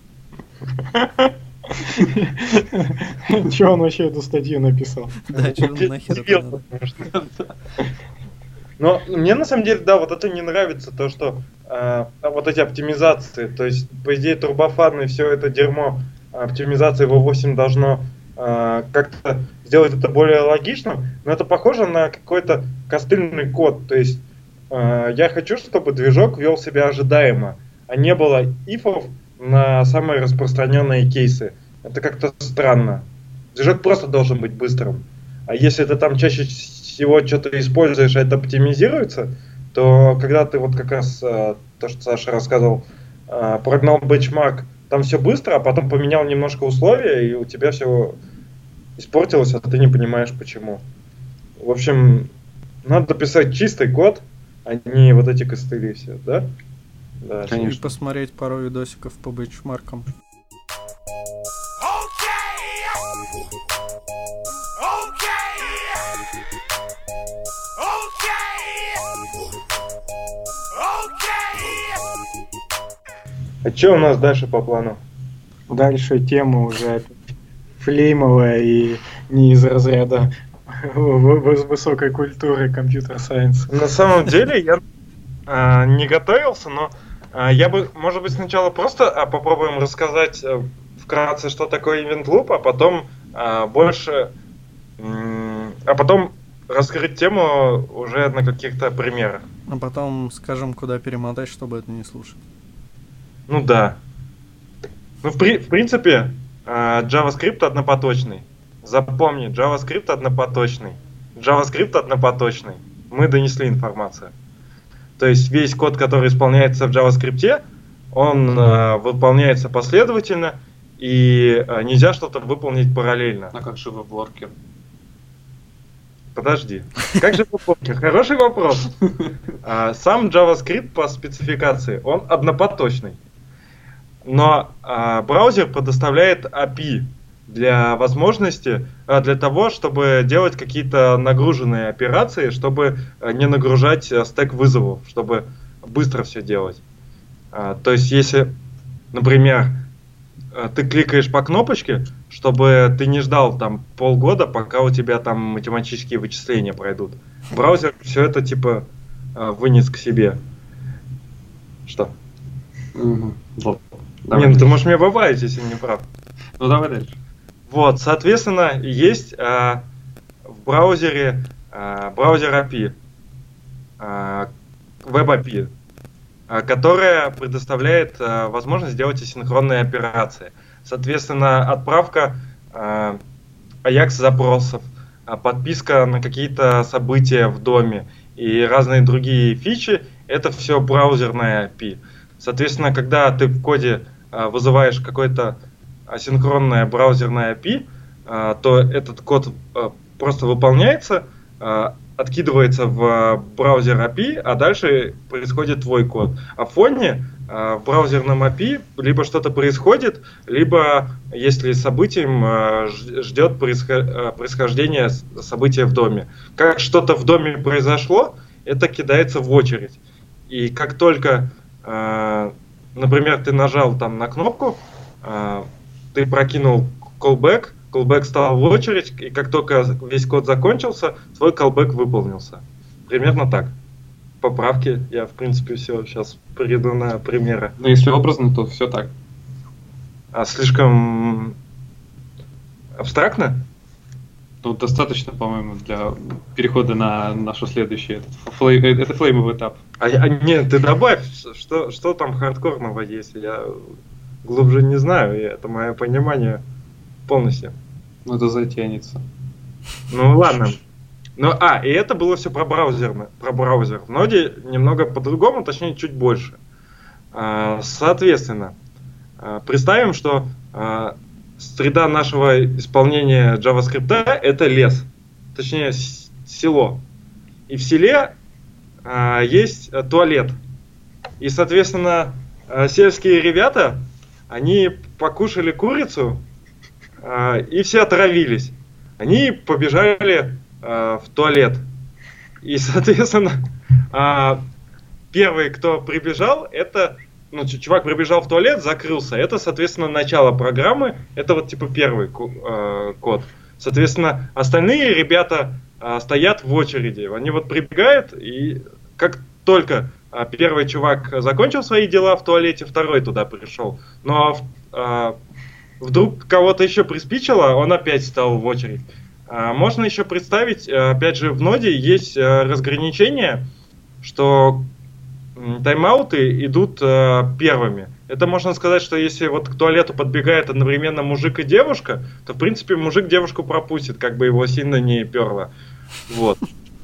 Че он вообще эту статью написал? Да, что нахер это надо? Но мне на самом деле, да, вот это не нравится, то, что вот эти оптимизации, то есть, по идее, турбофан и все это дерьмо оптимизации V8 должно как-то сделать это более логичным, но это похоже на какой-то костыльный код, то есть я хочу, чтобы движок вел себя ожидаемо, а не было ифов на самые распространенные кейсы. Это как-то странно. Движок просто должен быть быстрым. А если ты там чаще всего что-то используешь, а это оптимизируется, то когда ты вот как раз то, что Саша рассказывал, прогнал бенчмарк, там все быстро, а потом поменял немножко условия, и у тебя все испортилось, а ты не понимаешь почему. В общем, надо писать чистый код, а не вот эти костыли все, да? Да, И посмотреть пару видосиков по бенчмаркам. А что у нас дальше по плану? Дальше тема уже флеймовая и не из разряда высокой культуры компьютер-сайенс. На самом деле я не готовился, но я бы, может быть, сначала просто попробуем рассказать вкратце, что такое Event Loop, а потом а потом раскрыть тему уже на каких-то примерах. А потом скажем, куда перемотать, чтобы это не слушать. Ну да. Ну, в принципе, JavaScript однопоточный. Запомни, JavaScript однопоточный. JavaScript однопоточный. Мы донесли информацию. То есть весь код, который исполняется в JavaScript, он выполняется последовательно, и нельзя что-то выполнить параллельно. А как же веб-воркер? Подожди. Как же веб-воркер? Хороший вопрос. Сам JavaScript по спецификации, он однопоточный. Но браузер предоставляет API для возможности, для того, чтобы делать какие-то нагруженные операции, чтобы не нагружать стек вызовов, чтобы быстро все делать. То есть, если, например, ты кликаешь по кнопочке, чтобы ты не ждал там полгода, пока у тебя там математические вычисления пройдут. Браузер все это типа вынес к себе. Что? Вот. Не, ну ты можешь меня поправить, если не прав. Ну давай дальше. Вот, соответственно, есть в браузере браузер API, Web API, которая предоставляет возможность делать асинхронные операции. Соответственно, отправка AJAX-запросов, подписка на какие-то события в доме и разные другие фичи – это все браузерная API. Соответственно, когда ты в коде вызываешь какое-то асинхронное браузерное API, то этот код просто выполняется, откидывается в браузер API, а дальше происходит твой код. А в фоне в браузерном API либо что-то происходит, либо, если событием, ждет происхождение события в доме. Как что-то в доме произошло, это кидается в очередь. И как только, например, ты нажал там на кнопку, ты прокинул callback, callback стал в очередь, и как только весь код закончился, твой callback выполнился. Примерно так. Поправки, я в принципе все сейчас перейду на примеры. Ну если образно, то все так. А слишком абстрактно? Ну достаточно, по-моему, для перехода на нашу следующую. Это флеймовый этап. Нет, ты добавь, что там хардкорного есть, я глубже не знаю, и это мое понимание полностью. Ну это затянется. Ну ладно. Ну, и это было все про браузер. В ноде немного по-другому, точнее чуть больше. Соответственно, представим, что среда нашего исполнения JavaScript это лес, точнее село. и в селе есть туалет. И, соответственно, сельские ребята, они покушали курицу и все отравились. Они побежали в туалет. И, соответственно, первый, кто прибежал, это... Ну, чувак прибежал в туалет, закрылся. Это, соответственно, начало программы. Это вот типа первый код. Соответственно, остальные ребята стоят в очереди. Они вот прибегают, и как только первый чувак закончил свои дела в туалете, второй туда пришел. Но вдруг кого-то еще приспичило, он опять стал в очередь. Можно еще представить, опять же, в ноде есть разграничение, что тайм-ауты идут первыми. Это можно сказать, что если вот к туалету подбегает одновременно мужик и девушка, то в принципе мужик девушку пропустит, как бы его сильно не перло. Вот.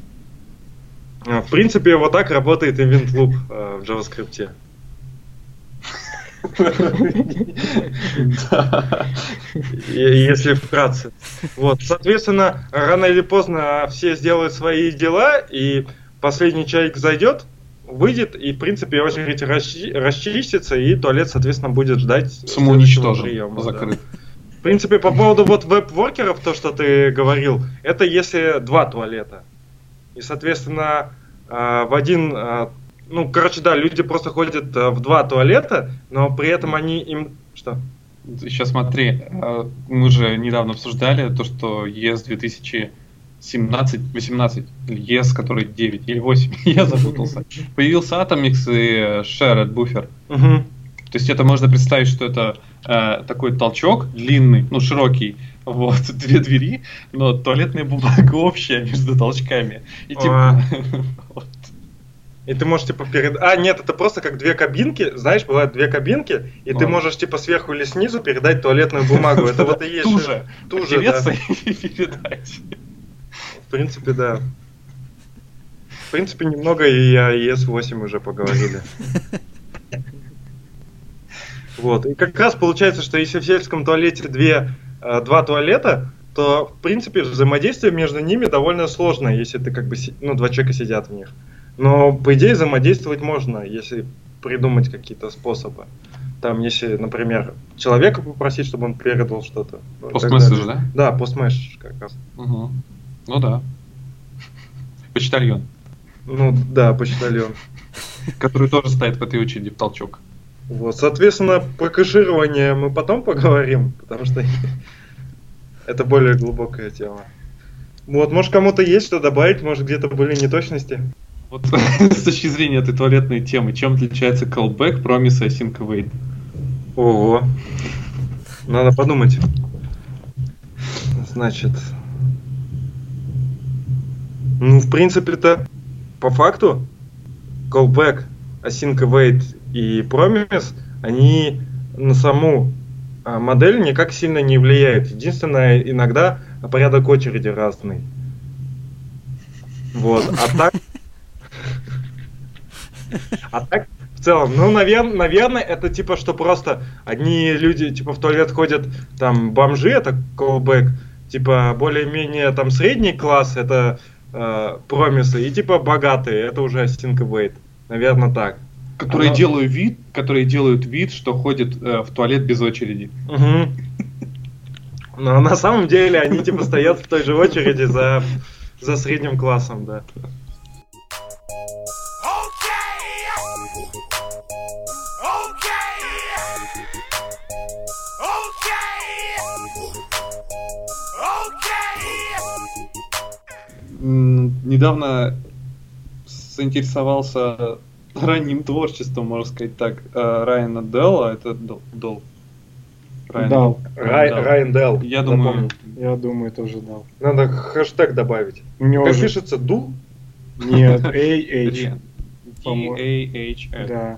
В принципе, вот так работает event loop в JavaScript. Если вкратце. Вот, соответственно, рано или поздно все сделают свои дела, и последний человек зайдет, выйдет, и, в принципе, очередь расчистится, и туалет, соответственно, будет ждать самоуничтожен, приема. закрыт. Да. В принципе, по поводу вот веб-воркеров, то, что ты говорил, это если два туалета. И, соответственно, в один... Ну, короче, да, люди просто ходят в два туалета, но при этом они им... Что? Сейчас смотри, мы же недавно обсуждали то, что ES 2017-18, или ES, который 9 или 8, я запутался. Появился Atomix и Shared Buffer. То есть это можно представить, что это такой толчок длинный, ну, широкий, вот, две двери, но туалетная бумага общая между толчками. И типа... И ты можешь, типа, нет, это просто как две кабинки. Знаешь, бывают две кабинки, и ты можешь, типа, сверху или снизу передать туалетную бумагу. Это вот и есть. Туже, да. И передать. В принципе, да. В принципе, немного и о ES8 уже поговорили. Вот. И как раз получается, что если в сельском туалете два туалета, то, в принципе, взаимодействие между ними довольно сложно, если ты как бы, ну, два человека сидят в них. Но, по идее, взаимодействовать можно, если придумать какие-то способы. Там, если, например, человека попросить, чтобы он передал что-то. Постмесседж, да? Да, постмесседж как раз. Угу. Ну да. Почтальон. Ну да, почтальон. Который тоже стоит в этой очереди в толчок. Вот, соответственно, про кэширование мы потом поговорим, потому что это более глубокая тема. Вот, может, кому-то есть что добавить, может, где-то были неточности. Вот с точки зрения этой туалетной темы, чем отличается callback, promise и async await? Ого. Надо подумать. Значит... Ну, в принципе-то, по факту, callback, async await и promise, они на саму модель никак сильно не влияют. Единственное, иногда порядок очереди разный. Вот, а так, в целом, ну, наверное, это типа, что просто одни люди, типа, в туалет ходят, там, бомжи, это callback, типа, более-менее, там, средний класс, это промисы, и, типа, богатые, это уже async await, наверное, так. Которые делают вид, что ходят в туалет без очереди. Угу. Но на самом деле они, типа, стоят в той же очереди за средним классом, да. Недавно заинтересовался ранним творчеством, можно сказать так, Райана Делла. Это Дол. Райан Делл. Я думаю, тоже дал. Надо хэштег добавить. Как пишется? Ду? Нет, A-H. D-A-H-L. Да.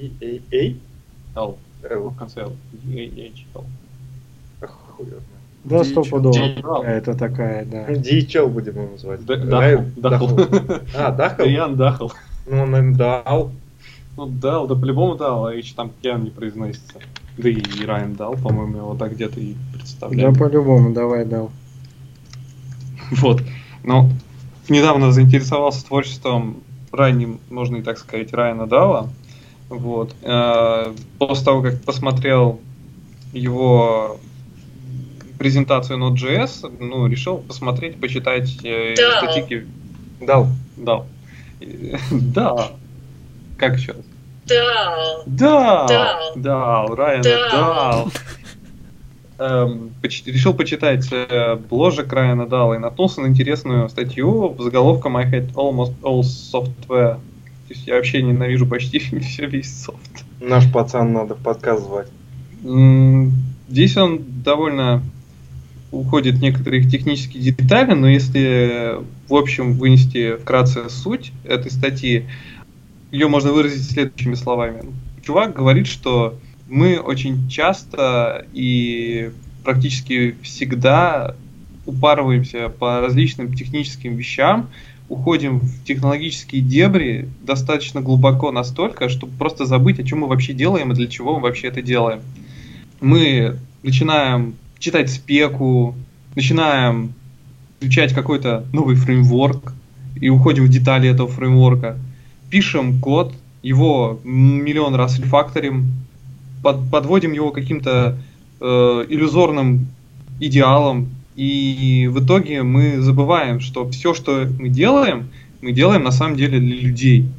L. L. В конце L. D-A-H-L. Охуенно. Да, стопудово. Это такая, да. DHL будем его называть. Дахл. Дахл? Райан Дахл. Ну, он, наверное, дал. Ну, дал, да по-любому дал, а H там Кен не произносится. Да и Райан дал, по-моему, его так где-то и представляли. Да, по-любому, давай дал. Вот. Ну, недавно заинтересовался творчеством ранним, можно и так сказать, Райана Дала. Вот. После того, как посмотрел его презентацию Node.js, решил посмотреть, почитать статьи. Дал. Да. Как еще раз? Райан Дал. Решил почитать бложек Райана Дала и наткнулся на интересную статью с заголовком I hate almost all software. То есть я вообще ненавижу почти весь софт. Наш пацан надо в подкаст звать. Здесь он довольно уходит в некоторые технические детали, но если в общем вынести вкратце суть этой статьи, ее можно выразить следующими словами. Чувак говорит, что мы очень часто и практически всегда упарываемся по различным техническим вещам, уходим в технологические дебри достаточно глубоко настолько, чтобы просто забыть, о чем мы вообще делаем и для чего мы вообще это делаем. Мы начинаем читать спеку, начинаем изучать какой-то новый фреймворк и уходим в детали этого фреймворка. Пишем код, его миллион раз рефакторим, подводим его к каким-то иллюзорным идеалам, и в итоге мы забываем, что все, что мы делаем на самом деле для людей.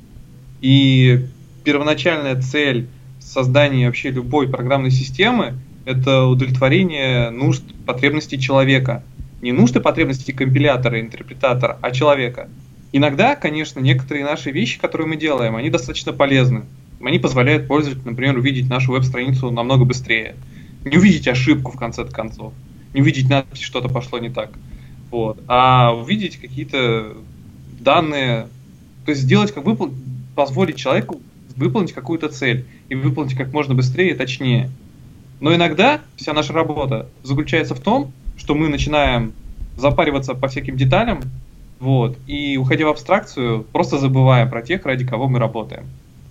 И первоначальная цель создания вообще любой программной системы — это удовлетворение нужд, потребностей человека. Не нужд и потребностей компилятора, интерпретатора, а человека. Иногда, конечно, некоторые наши вещи, которые мы делаем, они достаточно полезны. Они позволяют пользователю, например, увидеть нашу веб-страницу намного быстрее. Не увидеть ошибку в конце концов. Не увидеть надпись, что-то пошло не так. Вот. А увидеть какие-то данные. То есть сделать, позволить человеку выполнить какую-то цель. И выполнить как можно быстрее и точнее. Но иногда вся наша работа заключается в том, что мы начинаем запариваться по всяким деталям, вот, и, уходя в абстракцию, просто забывая про тех, ради кого мы работаем.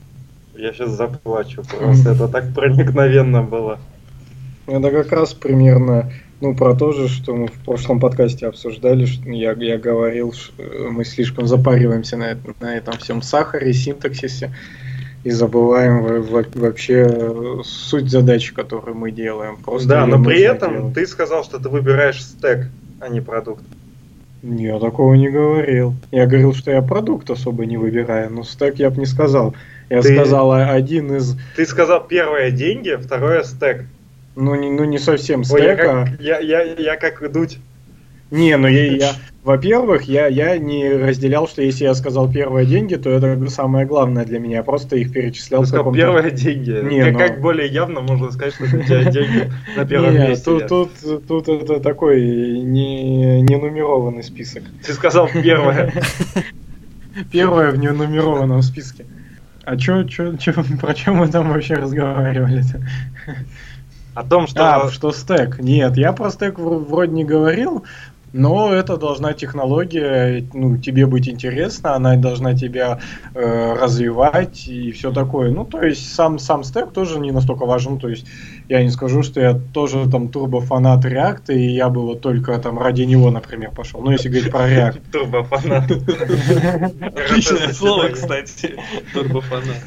Я сейчас заплачу просто, это так проникновенно было. Это как раз примерно, про то же, что мы в прошлом подкасте обсуждали, что я говорил, что мы слишком запариваемся на этом всем сахаре, синтаксисе, и забываем вообще суть задачи, которую мы делаем. Просто да, но при этом ты сказал, что ты выбираешь стек, а не продукт. Я такого не говорил. Я говорил, что я продукт особо не выбираю, но стек я бы не сказал. Я сказал один из... Ты сказал первое деньги, второе стек. Не совсем стек. Я как дуть. Не, во-первых, я не разделял, что если я сказал первые деньги, то это самое главное для меня. Я просто их перечислял. Ты сказал первые деньги. Как более явно можно сказать, что у тебя деньги на первом месте. Тут это такой ненумерованный список. Ты сказал первое. Первое в ненумерованном списке. А про чем мы там вообще разговаривали-то? О том, что... что стек. Нет, я про стек вроде не говорил, но это должна технология, тебе быть интересна, она должна тебя развивать и все такое. То есть сам стек тоже не настолько важен. То есть я не скажу, что я тоже там турбофанат React, и я бы вот только там ради него, например, пошел. Если говорить про React. Турбофанат. Отличное слово, кстати. Турбофанат.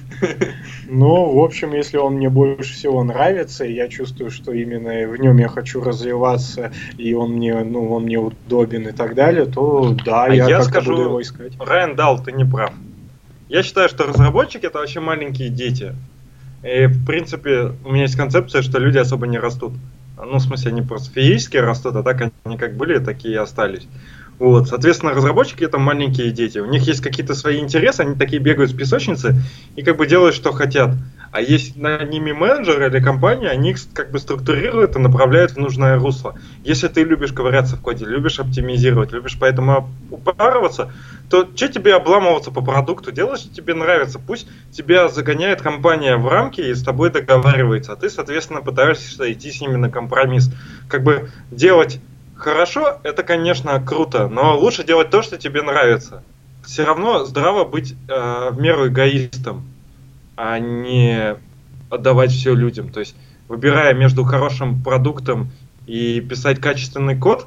В общем, если он мне больше всего нравится, и я чувствую, что именно в нем я хочу развиваться, и он мне удобен и так далее, то да, я скажу, буду его искать. Райан Дал, ты не прав. Я считаю, что разработчики — это вообще маленькие дети. И, в принципе, у меня есть концепция, что люди особо не растут. В смысле, они просто физически растут, а так они как были, такие и остались. Вот, соответственно, разработчики — это маленькие дети. У них есть какие-то свои интересы, они такие бегают с песочницы и делают, что хотят. А есть над ними менеджеры или компания, они их структурируют и направляют в нужное русло. Если ты любишь ковыряться в коде, любишь оптимизировать, любишь поэтому упарываться, то что тебе обламываться по продукту? Делай, что тебе нравится. Пусть тебя загоняет компания в рамки и с тобой договаривается, а ты, соответственно, пытаешься идти с ними на компромисс. Делать хорошо, это, конечно, круто, но лучше делать то, что тебе нравится. Все равно здраво быть в меру эгоистом, а не отдавать все людям. То есть, выбирая между хорошим продуктом и писать качественный код,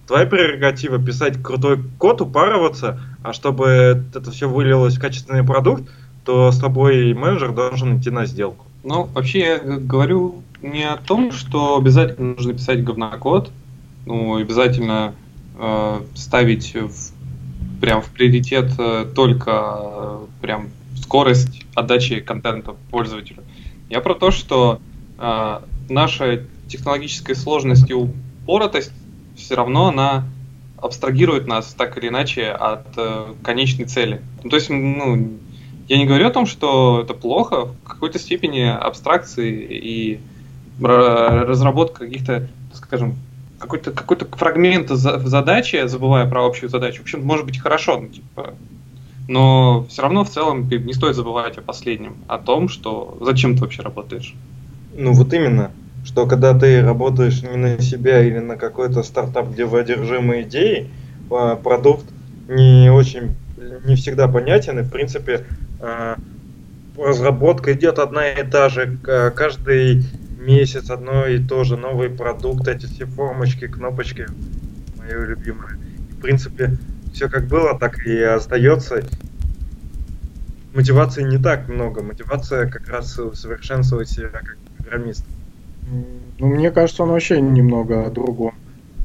твоя прерогатива писать крутой код, упарываться, а чтобы это все вылилось в качественный продукт, то с тобой менеджер должен идти на сделку. Ну, вообще я говорю не о том, что обязательно нужно писать говнокод, ну, обязательно ставить прям в приоритет только прям скорость отдачи контента пользователю. Я про то, что наша технологическая сложность и упоротость все равно она абстрагирует нас так или иначе от конечной цели. Ну, то есть, ну, я не говорю о том, что это плохо, в какой-то степени абстракции и разработка каких-то, скажем, какой-то фрагмент задачи, забывая про общую задачу, в общем, может быть хорошо, ну, типа, но все равно в целом не стоит забывать о последнем, о том, что зачем ты вообще работаешь. Ну вот именно, что когда ты работаешь не на себя или на какой-то стартап, где вы одержимы идеей, продукт не всегда понятен, и в принципе разработка идет одна и та же, каждый месяц одно и то же, новый продукт, эти все формочки, кнопочки, мое любимое. И, в принципе, все как было, так и остается. Мотивации не так много, мотивация как раз усовершенствовать себя как программист. Ну, мне кажется, он вообще немного о другом.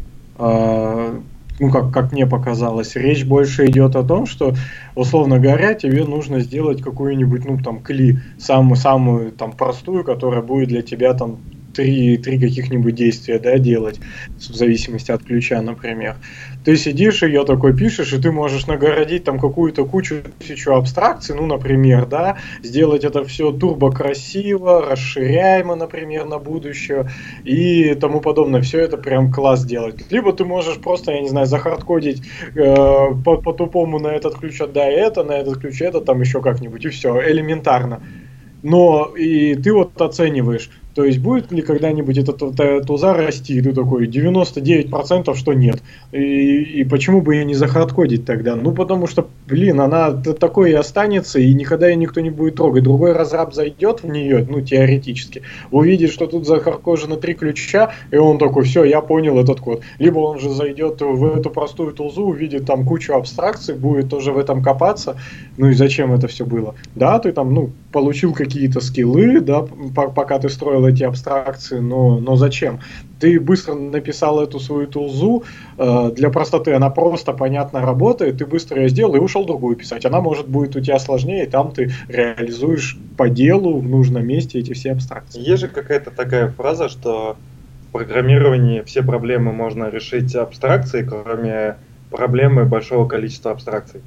Ну, как мне показалось, речь больше идет о том, что, условно говоря, тебе нужно сделать какую-нибудь, ну, там, самую там, простую, которая будет для тебя там три каких-нибудь действия, да, делать, в зависимости от ключа, например. Ты сидишь, ее такой пишешь, и ты можешь нагородить там какую-то тысячу абстракций, ну, например, да, сделать это все турбо красиво, расширяемо, например, на будущее и тому подобное. Все это прям класс делать. Либо ты можешь просто, я не знаю, захардкодить по-тупому на этот ключ отдай это, на этот ключ это, там еще как-нибудь, и все, элементарно. Но и ты вот оцениваешь, то есть будет ли когда-нибудь эта туза расти, и ты такой 99% что нет. И почему бы ее не захардкодить тогда? Ну потому что, блин, она такой и останется, и никогда ее никто не будет трогать. Другой разраб зайдет в нее, ну теоретически, увидит, что тут захардкожено 3 ключа, и он такой, все, я понял этот код. Либо он же зайдет в эту простую тулзу, увидит там кучу абстракций, будет тоже в этом копаться. Ну и зачем это все было? Да, ты там, ну, получил какие-то скиллы, да, пока ты строил эти абстракции, но зачем? Ты быстро написал эту свою тулзу, для простоты она просто понятно работает, ты быстро ее сделал и ушел другую писать. Она может будет у тебя сложнее, и там ты реализуешь по делу в нужном месте эти все абстракции. Есть же какая-то такая фраза, что в программировании все проблемы можно решить абстракцией, кроме проблемы большого количества абстракций.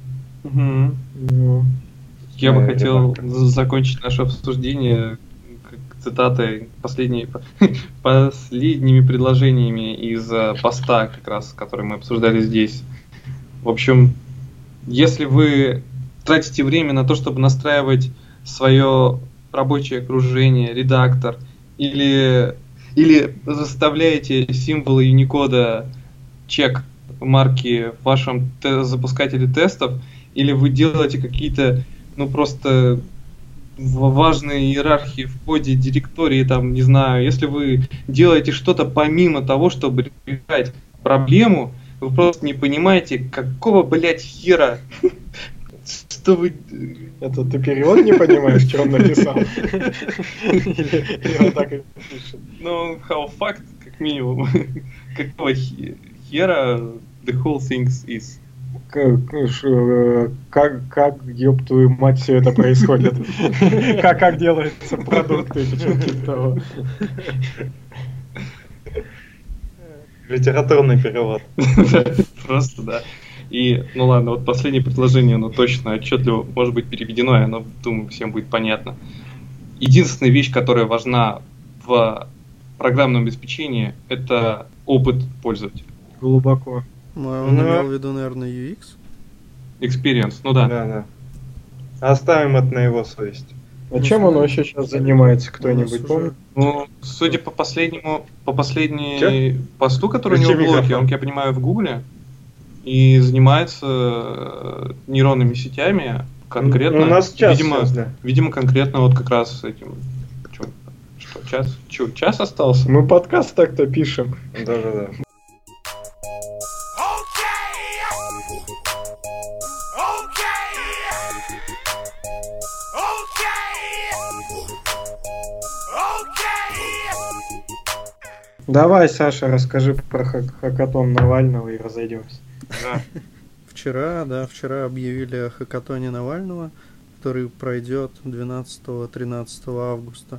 Угу. Я бы хотел закончить наше обсуждение цитатой последними предложениями из поста, как раз, который мы обсуждали здесь. В общем, если вы тратите время на то, чтобы настраивать свое рабочее окружение, редактор, или заставляете символы Unicode чек марки в вашем запускателе тестов, или вы делаете какие-то, ну, просто важные иерархии в коде, директории, там, не знаю, если вы делаете что-то помимо того, чтобы решать проблему, вы просто не понимаете, какого, блядь, хера, что вы... Это ты перевод не понимаешь, что он написал? Или он так и пишет? Ну, how fucked, как минимум. Какого хера the whole thing is? Как, ёб твою мать, все это происходит? Как делаются продукты, типа того. Литературный перевод. Просто, да. И, ну ладно, вот последнее предложение, оно точно отчетливо может быть переведено, и оно, думаю, всем будет понятно. Единственная вещь, которая важна в программном обеспечении, это опыт пользователя. Глубоко. Ну, он имел в виду, наверное, UX? Experience, ну да. Да. Оставим это на его совесть. А чем он вообще сейчас занимается, кто-нибудь помнит? Ну, судя по последней посту, который у него в блоге, он, я понимаю, в Гугле, и занимается нейронными сетями конкретно. Ну, у нас час видимо, сейчас, да. Видимо, конкретно вот как раз этим... Час остался? Мы подкаст так-то пишем. Да. Давай, Саша, расскажи про хакатон Навального и разойдемся. Да. Вчера объявили о хакатоне Навального, который пройдет 12-13 августа.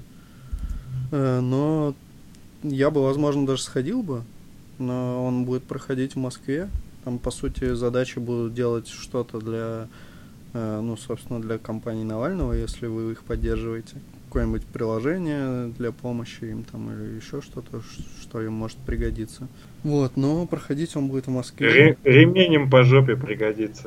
Но я бы, возможно, даже сходил бы, но он будет проходить в Москве. Там, по сути, задачи будут делать что-то для, собственно, для компании Навального, если вы их поддерживаете. Какое-нибудь приложение для помощи им там или еще что-то, что им может пригодиться. Вот, но проходить он будет в Москве. Ремень им по жопе пригодится.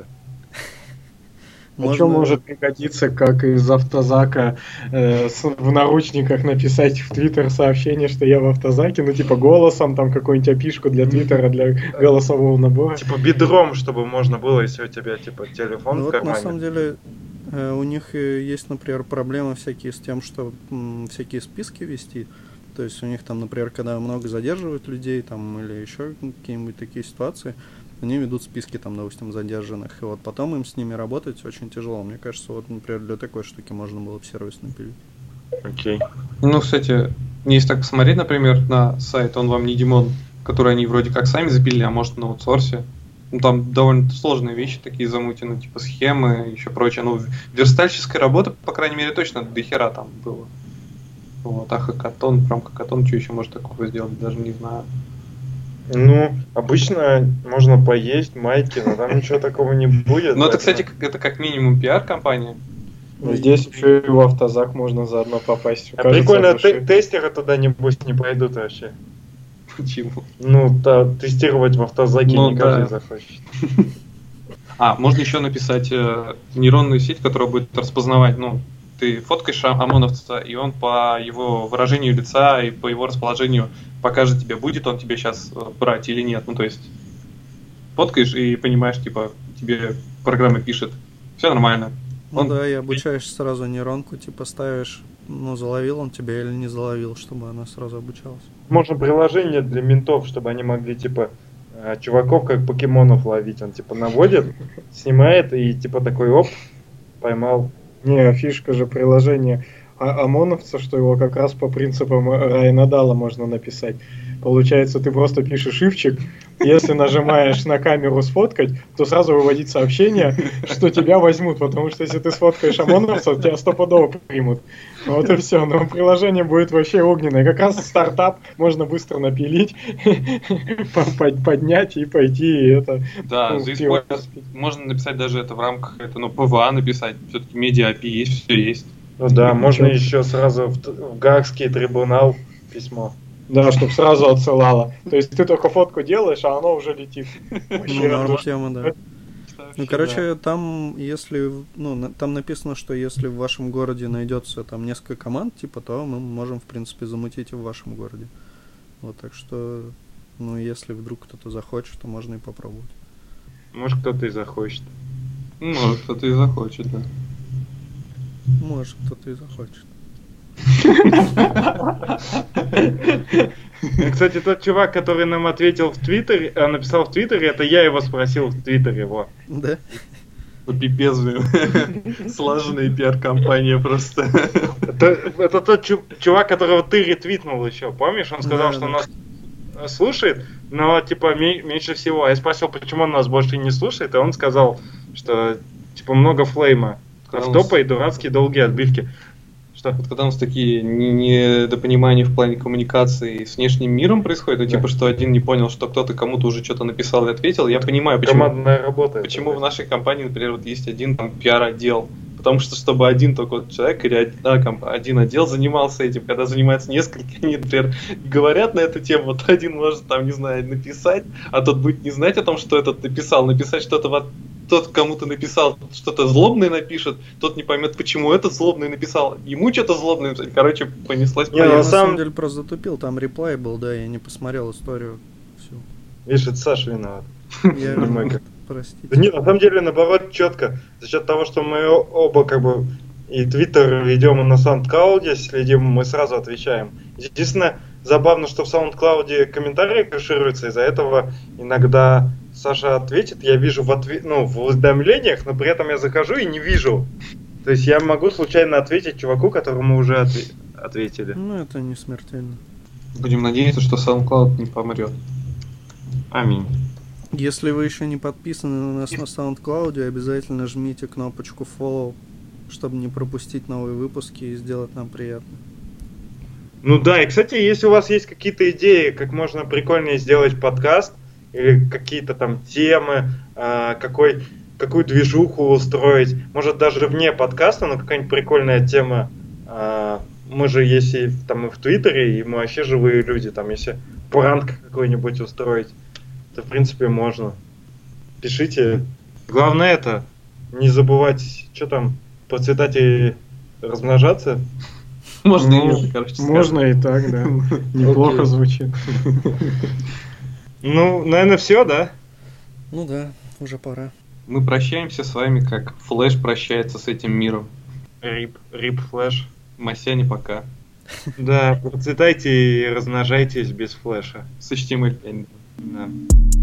Что может пригодиться, как из автозака в наручниках написать в Твиттер сообщение, что я в автозаке, голосом, там какую-нибудь опишку для Твиттера, для голосового набора. Бедром, чтобы можно было, если у тебя телефон в кармане. На самом деле у них есть, например, проблемы всякие с тем, что всякие списки вести. То есть у них там, например, когда много задерживают людей там, или еще какие-нибудь такие ситуации, они ведут списки там, допустим, задержанных. И вот потом им с ними работать очень тяжело. Мне кажется, вот, например, для такой штуки можно было бы сервис напилить. Окей. Кстати, если так посмотреть, например, на сайт «Он вам не Димон», который они вроде как сами запилили, а может на аутсорсе. Там довольно сложные вещи такие замутины, типа схемы и еще прочее. Верстальщическая работа, по крайней мере, точно до хера там было. Вот, а хакатон, что еще может такого сделать, даже не знаю. Обычно можно поесть майки, но там ничего такого не будет. Это, кстати, это как минимум пиар-компания. Здесь еще и в автозак можно заодно попасть. Прикольно, тестеры туда небось не пойдут вообще. Почему? Тестировать в автозаке не каждый захочет. Можно еще написать нейронную сеть, которая будет распознавать, ты фоткаешь ОМОНовца, и он по его выражению лица и по его расположению покажет тебе, будет он тебе сейчас брать или нет. То есть фоткаешь и понимаешь, тебе программа пишет, все нормально. И обучаешь сразу нейронку, ставишь, заловил он тебя или не заловил, чтобы она сразу обучалась. Можно приложение для ментов, чтобы они могли, чуваков как покемонов ловить. Он, наводит, снимает и, такой, оп, поймал. Не, фишка же приложения ОМОНовца, что его как раз по принципам Райнадала можно написать. Получается, ты просто пишешь шифчик, если нажимаешь на камеру сфоткать, то сразу выводить сообщение, что тебя возьмут, потому что если ты сфоткаешь ОМОНовца, тебя стопудово примут. Вот и все, но приложение будет вообще огненное. Как раз стартап можно быстро напилить, поднять и пойти это. Да, можно написать даже это в рамках ПВА написать, все-таки медиа API есть, все есть. Можно еще сразу в Гаагский трибунал письмо. Да, чтобы сразу отсылало. То есть ты только фотку делаешь, а оно уже летит. Норм тема, да. Там, если, там написано, что если в вашем городе найдется там несколько команд, то мы можем, в принципе, замутить и в вашем городе. Вот, так что, если вдруг кто-то захочет, то можно и попробовать. Может, кто-то и захочет. Может, кто-то и захочет, да. Может, кто-то и захочет. Кстати, тот чувак, который нам ответил в Твиттере, написал в Твиттере, это я его спросил в Твиттере его. Да? Пипец, слаженная пиар-компания просто. Это тот чувак, которого ты ретвитнул еще, помнишь? Он сказал, что нас слушает, но меньше всего. А я спросил, почему он нас больше не слушает, и он сказал, что много флейма. Автопа и дурацкие долгие отбивки. Вот когда у нас такие недопонимания в плане коммуникации с внешним миром происходит, что один не понял, что кто-то кому-то уже что-то написал и ответил, я понимаю, командная работа. Почему в нашей компании, например, есть один пиар-отдел. Потому что, чтобы один только человек или один отдел занимался этим, когда занимается несколько, они, например, говорят на эту тему, то один может, написать, а тот будет не знать о том, что этот написать что-то тот кому-то написал, что-то злобное напишет, тот не поймет, почему этот злобный написал, ему что-то злобное написать. Короче, понеслась. На самом деле просто затупил, там реплай был, я не посмотрел историю всю. Видишь, это Саша виноват. Простите. Да нет, на самом деле, наоборот, четко. За счет того, что мы оба и Твиттер ведем, и на SoundCloud следим, мы сразу отвечаем. Единственное, забавно, что в SoundCloud комментарии кэшируются, из-за этого иногда Саша ответит, я вижу в уведомлениях, но при этом я захожу и не вижу. То есть я могу случайно ответить чуваку, которому уже ответили. Это не смертельно. Будем надеяться, что SoundCloud не помрет. Аминь. Если вы еще не подписаны на нас на SoundCloud, обязательно жмите кнопочку follow, чтобы не пропустить новые выпуски и сделать нам приятно. Ну да, и, кстати, если у вас есть какие-то идеи, как можно прикольнее сделать подкаст, или какие-то там темы, какую движуху устроить, может даже вне подкаста, но какая-нибудь прикольная тема. Мы же есть и там и в Твиттере, и мы вообще живые люди, там если пранк какой-нибудь устроить, то в принципе можно. Пишите. Главное это, не забывать, что там, процветать и размножаться. Можно Ну, и, короче, можно и так, да. Неплохо Окей. звучит. Ну, наверное, все, да? Ну да, уже пора. Мы прощаемся с вами, как Флэш прощается с этим миром. Рип флэш. Масяне пока. Да, процветайте и размножайтесь без флэша. С HTML5. Да.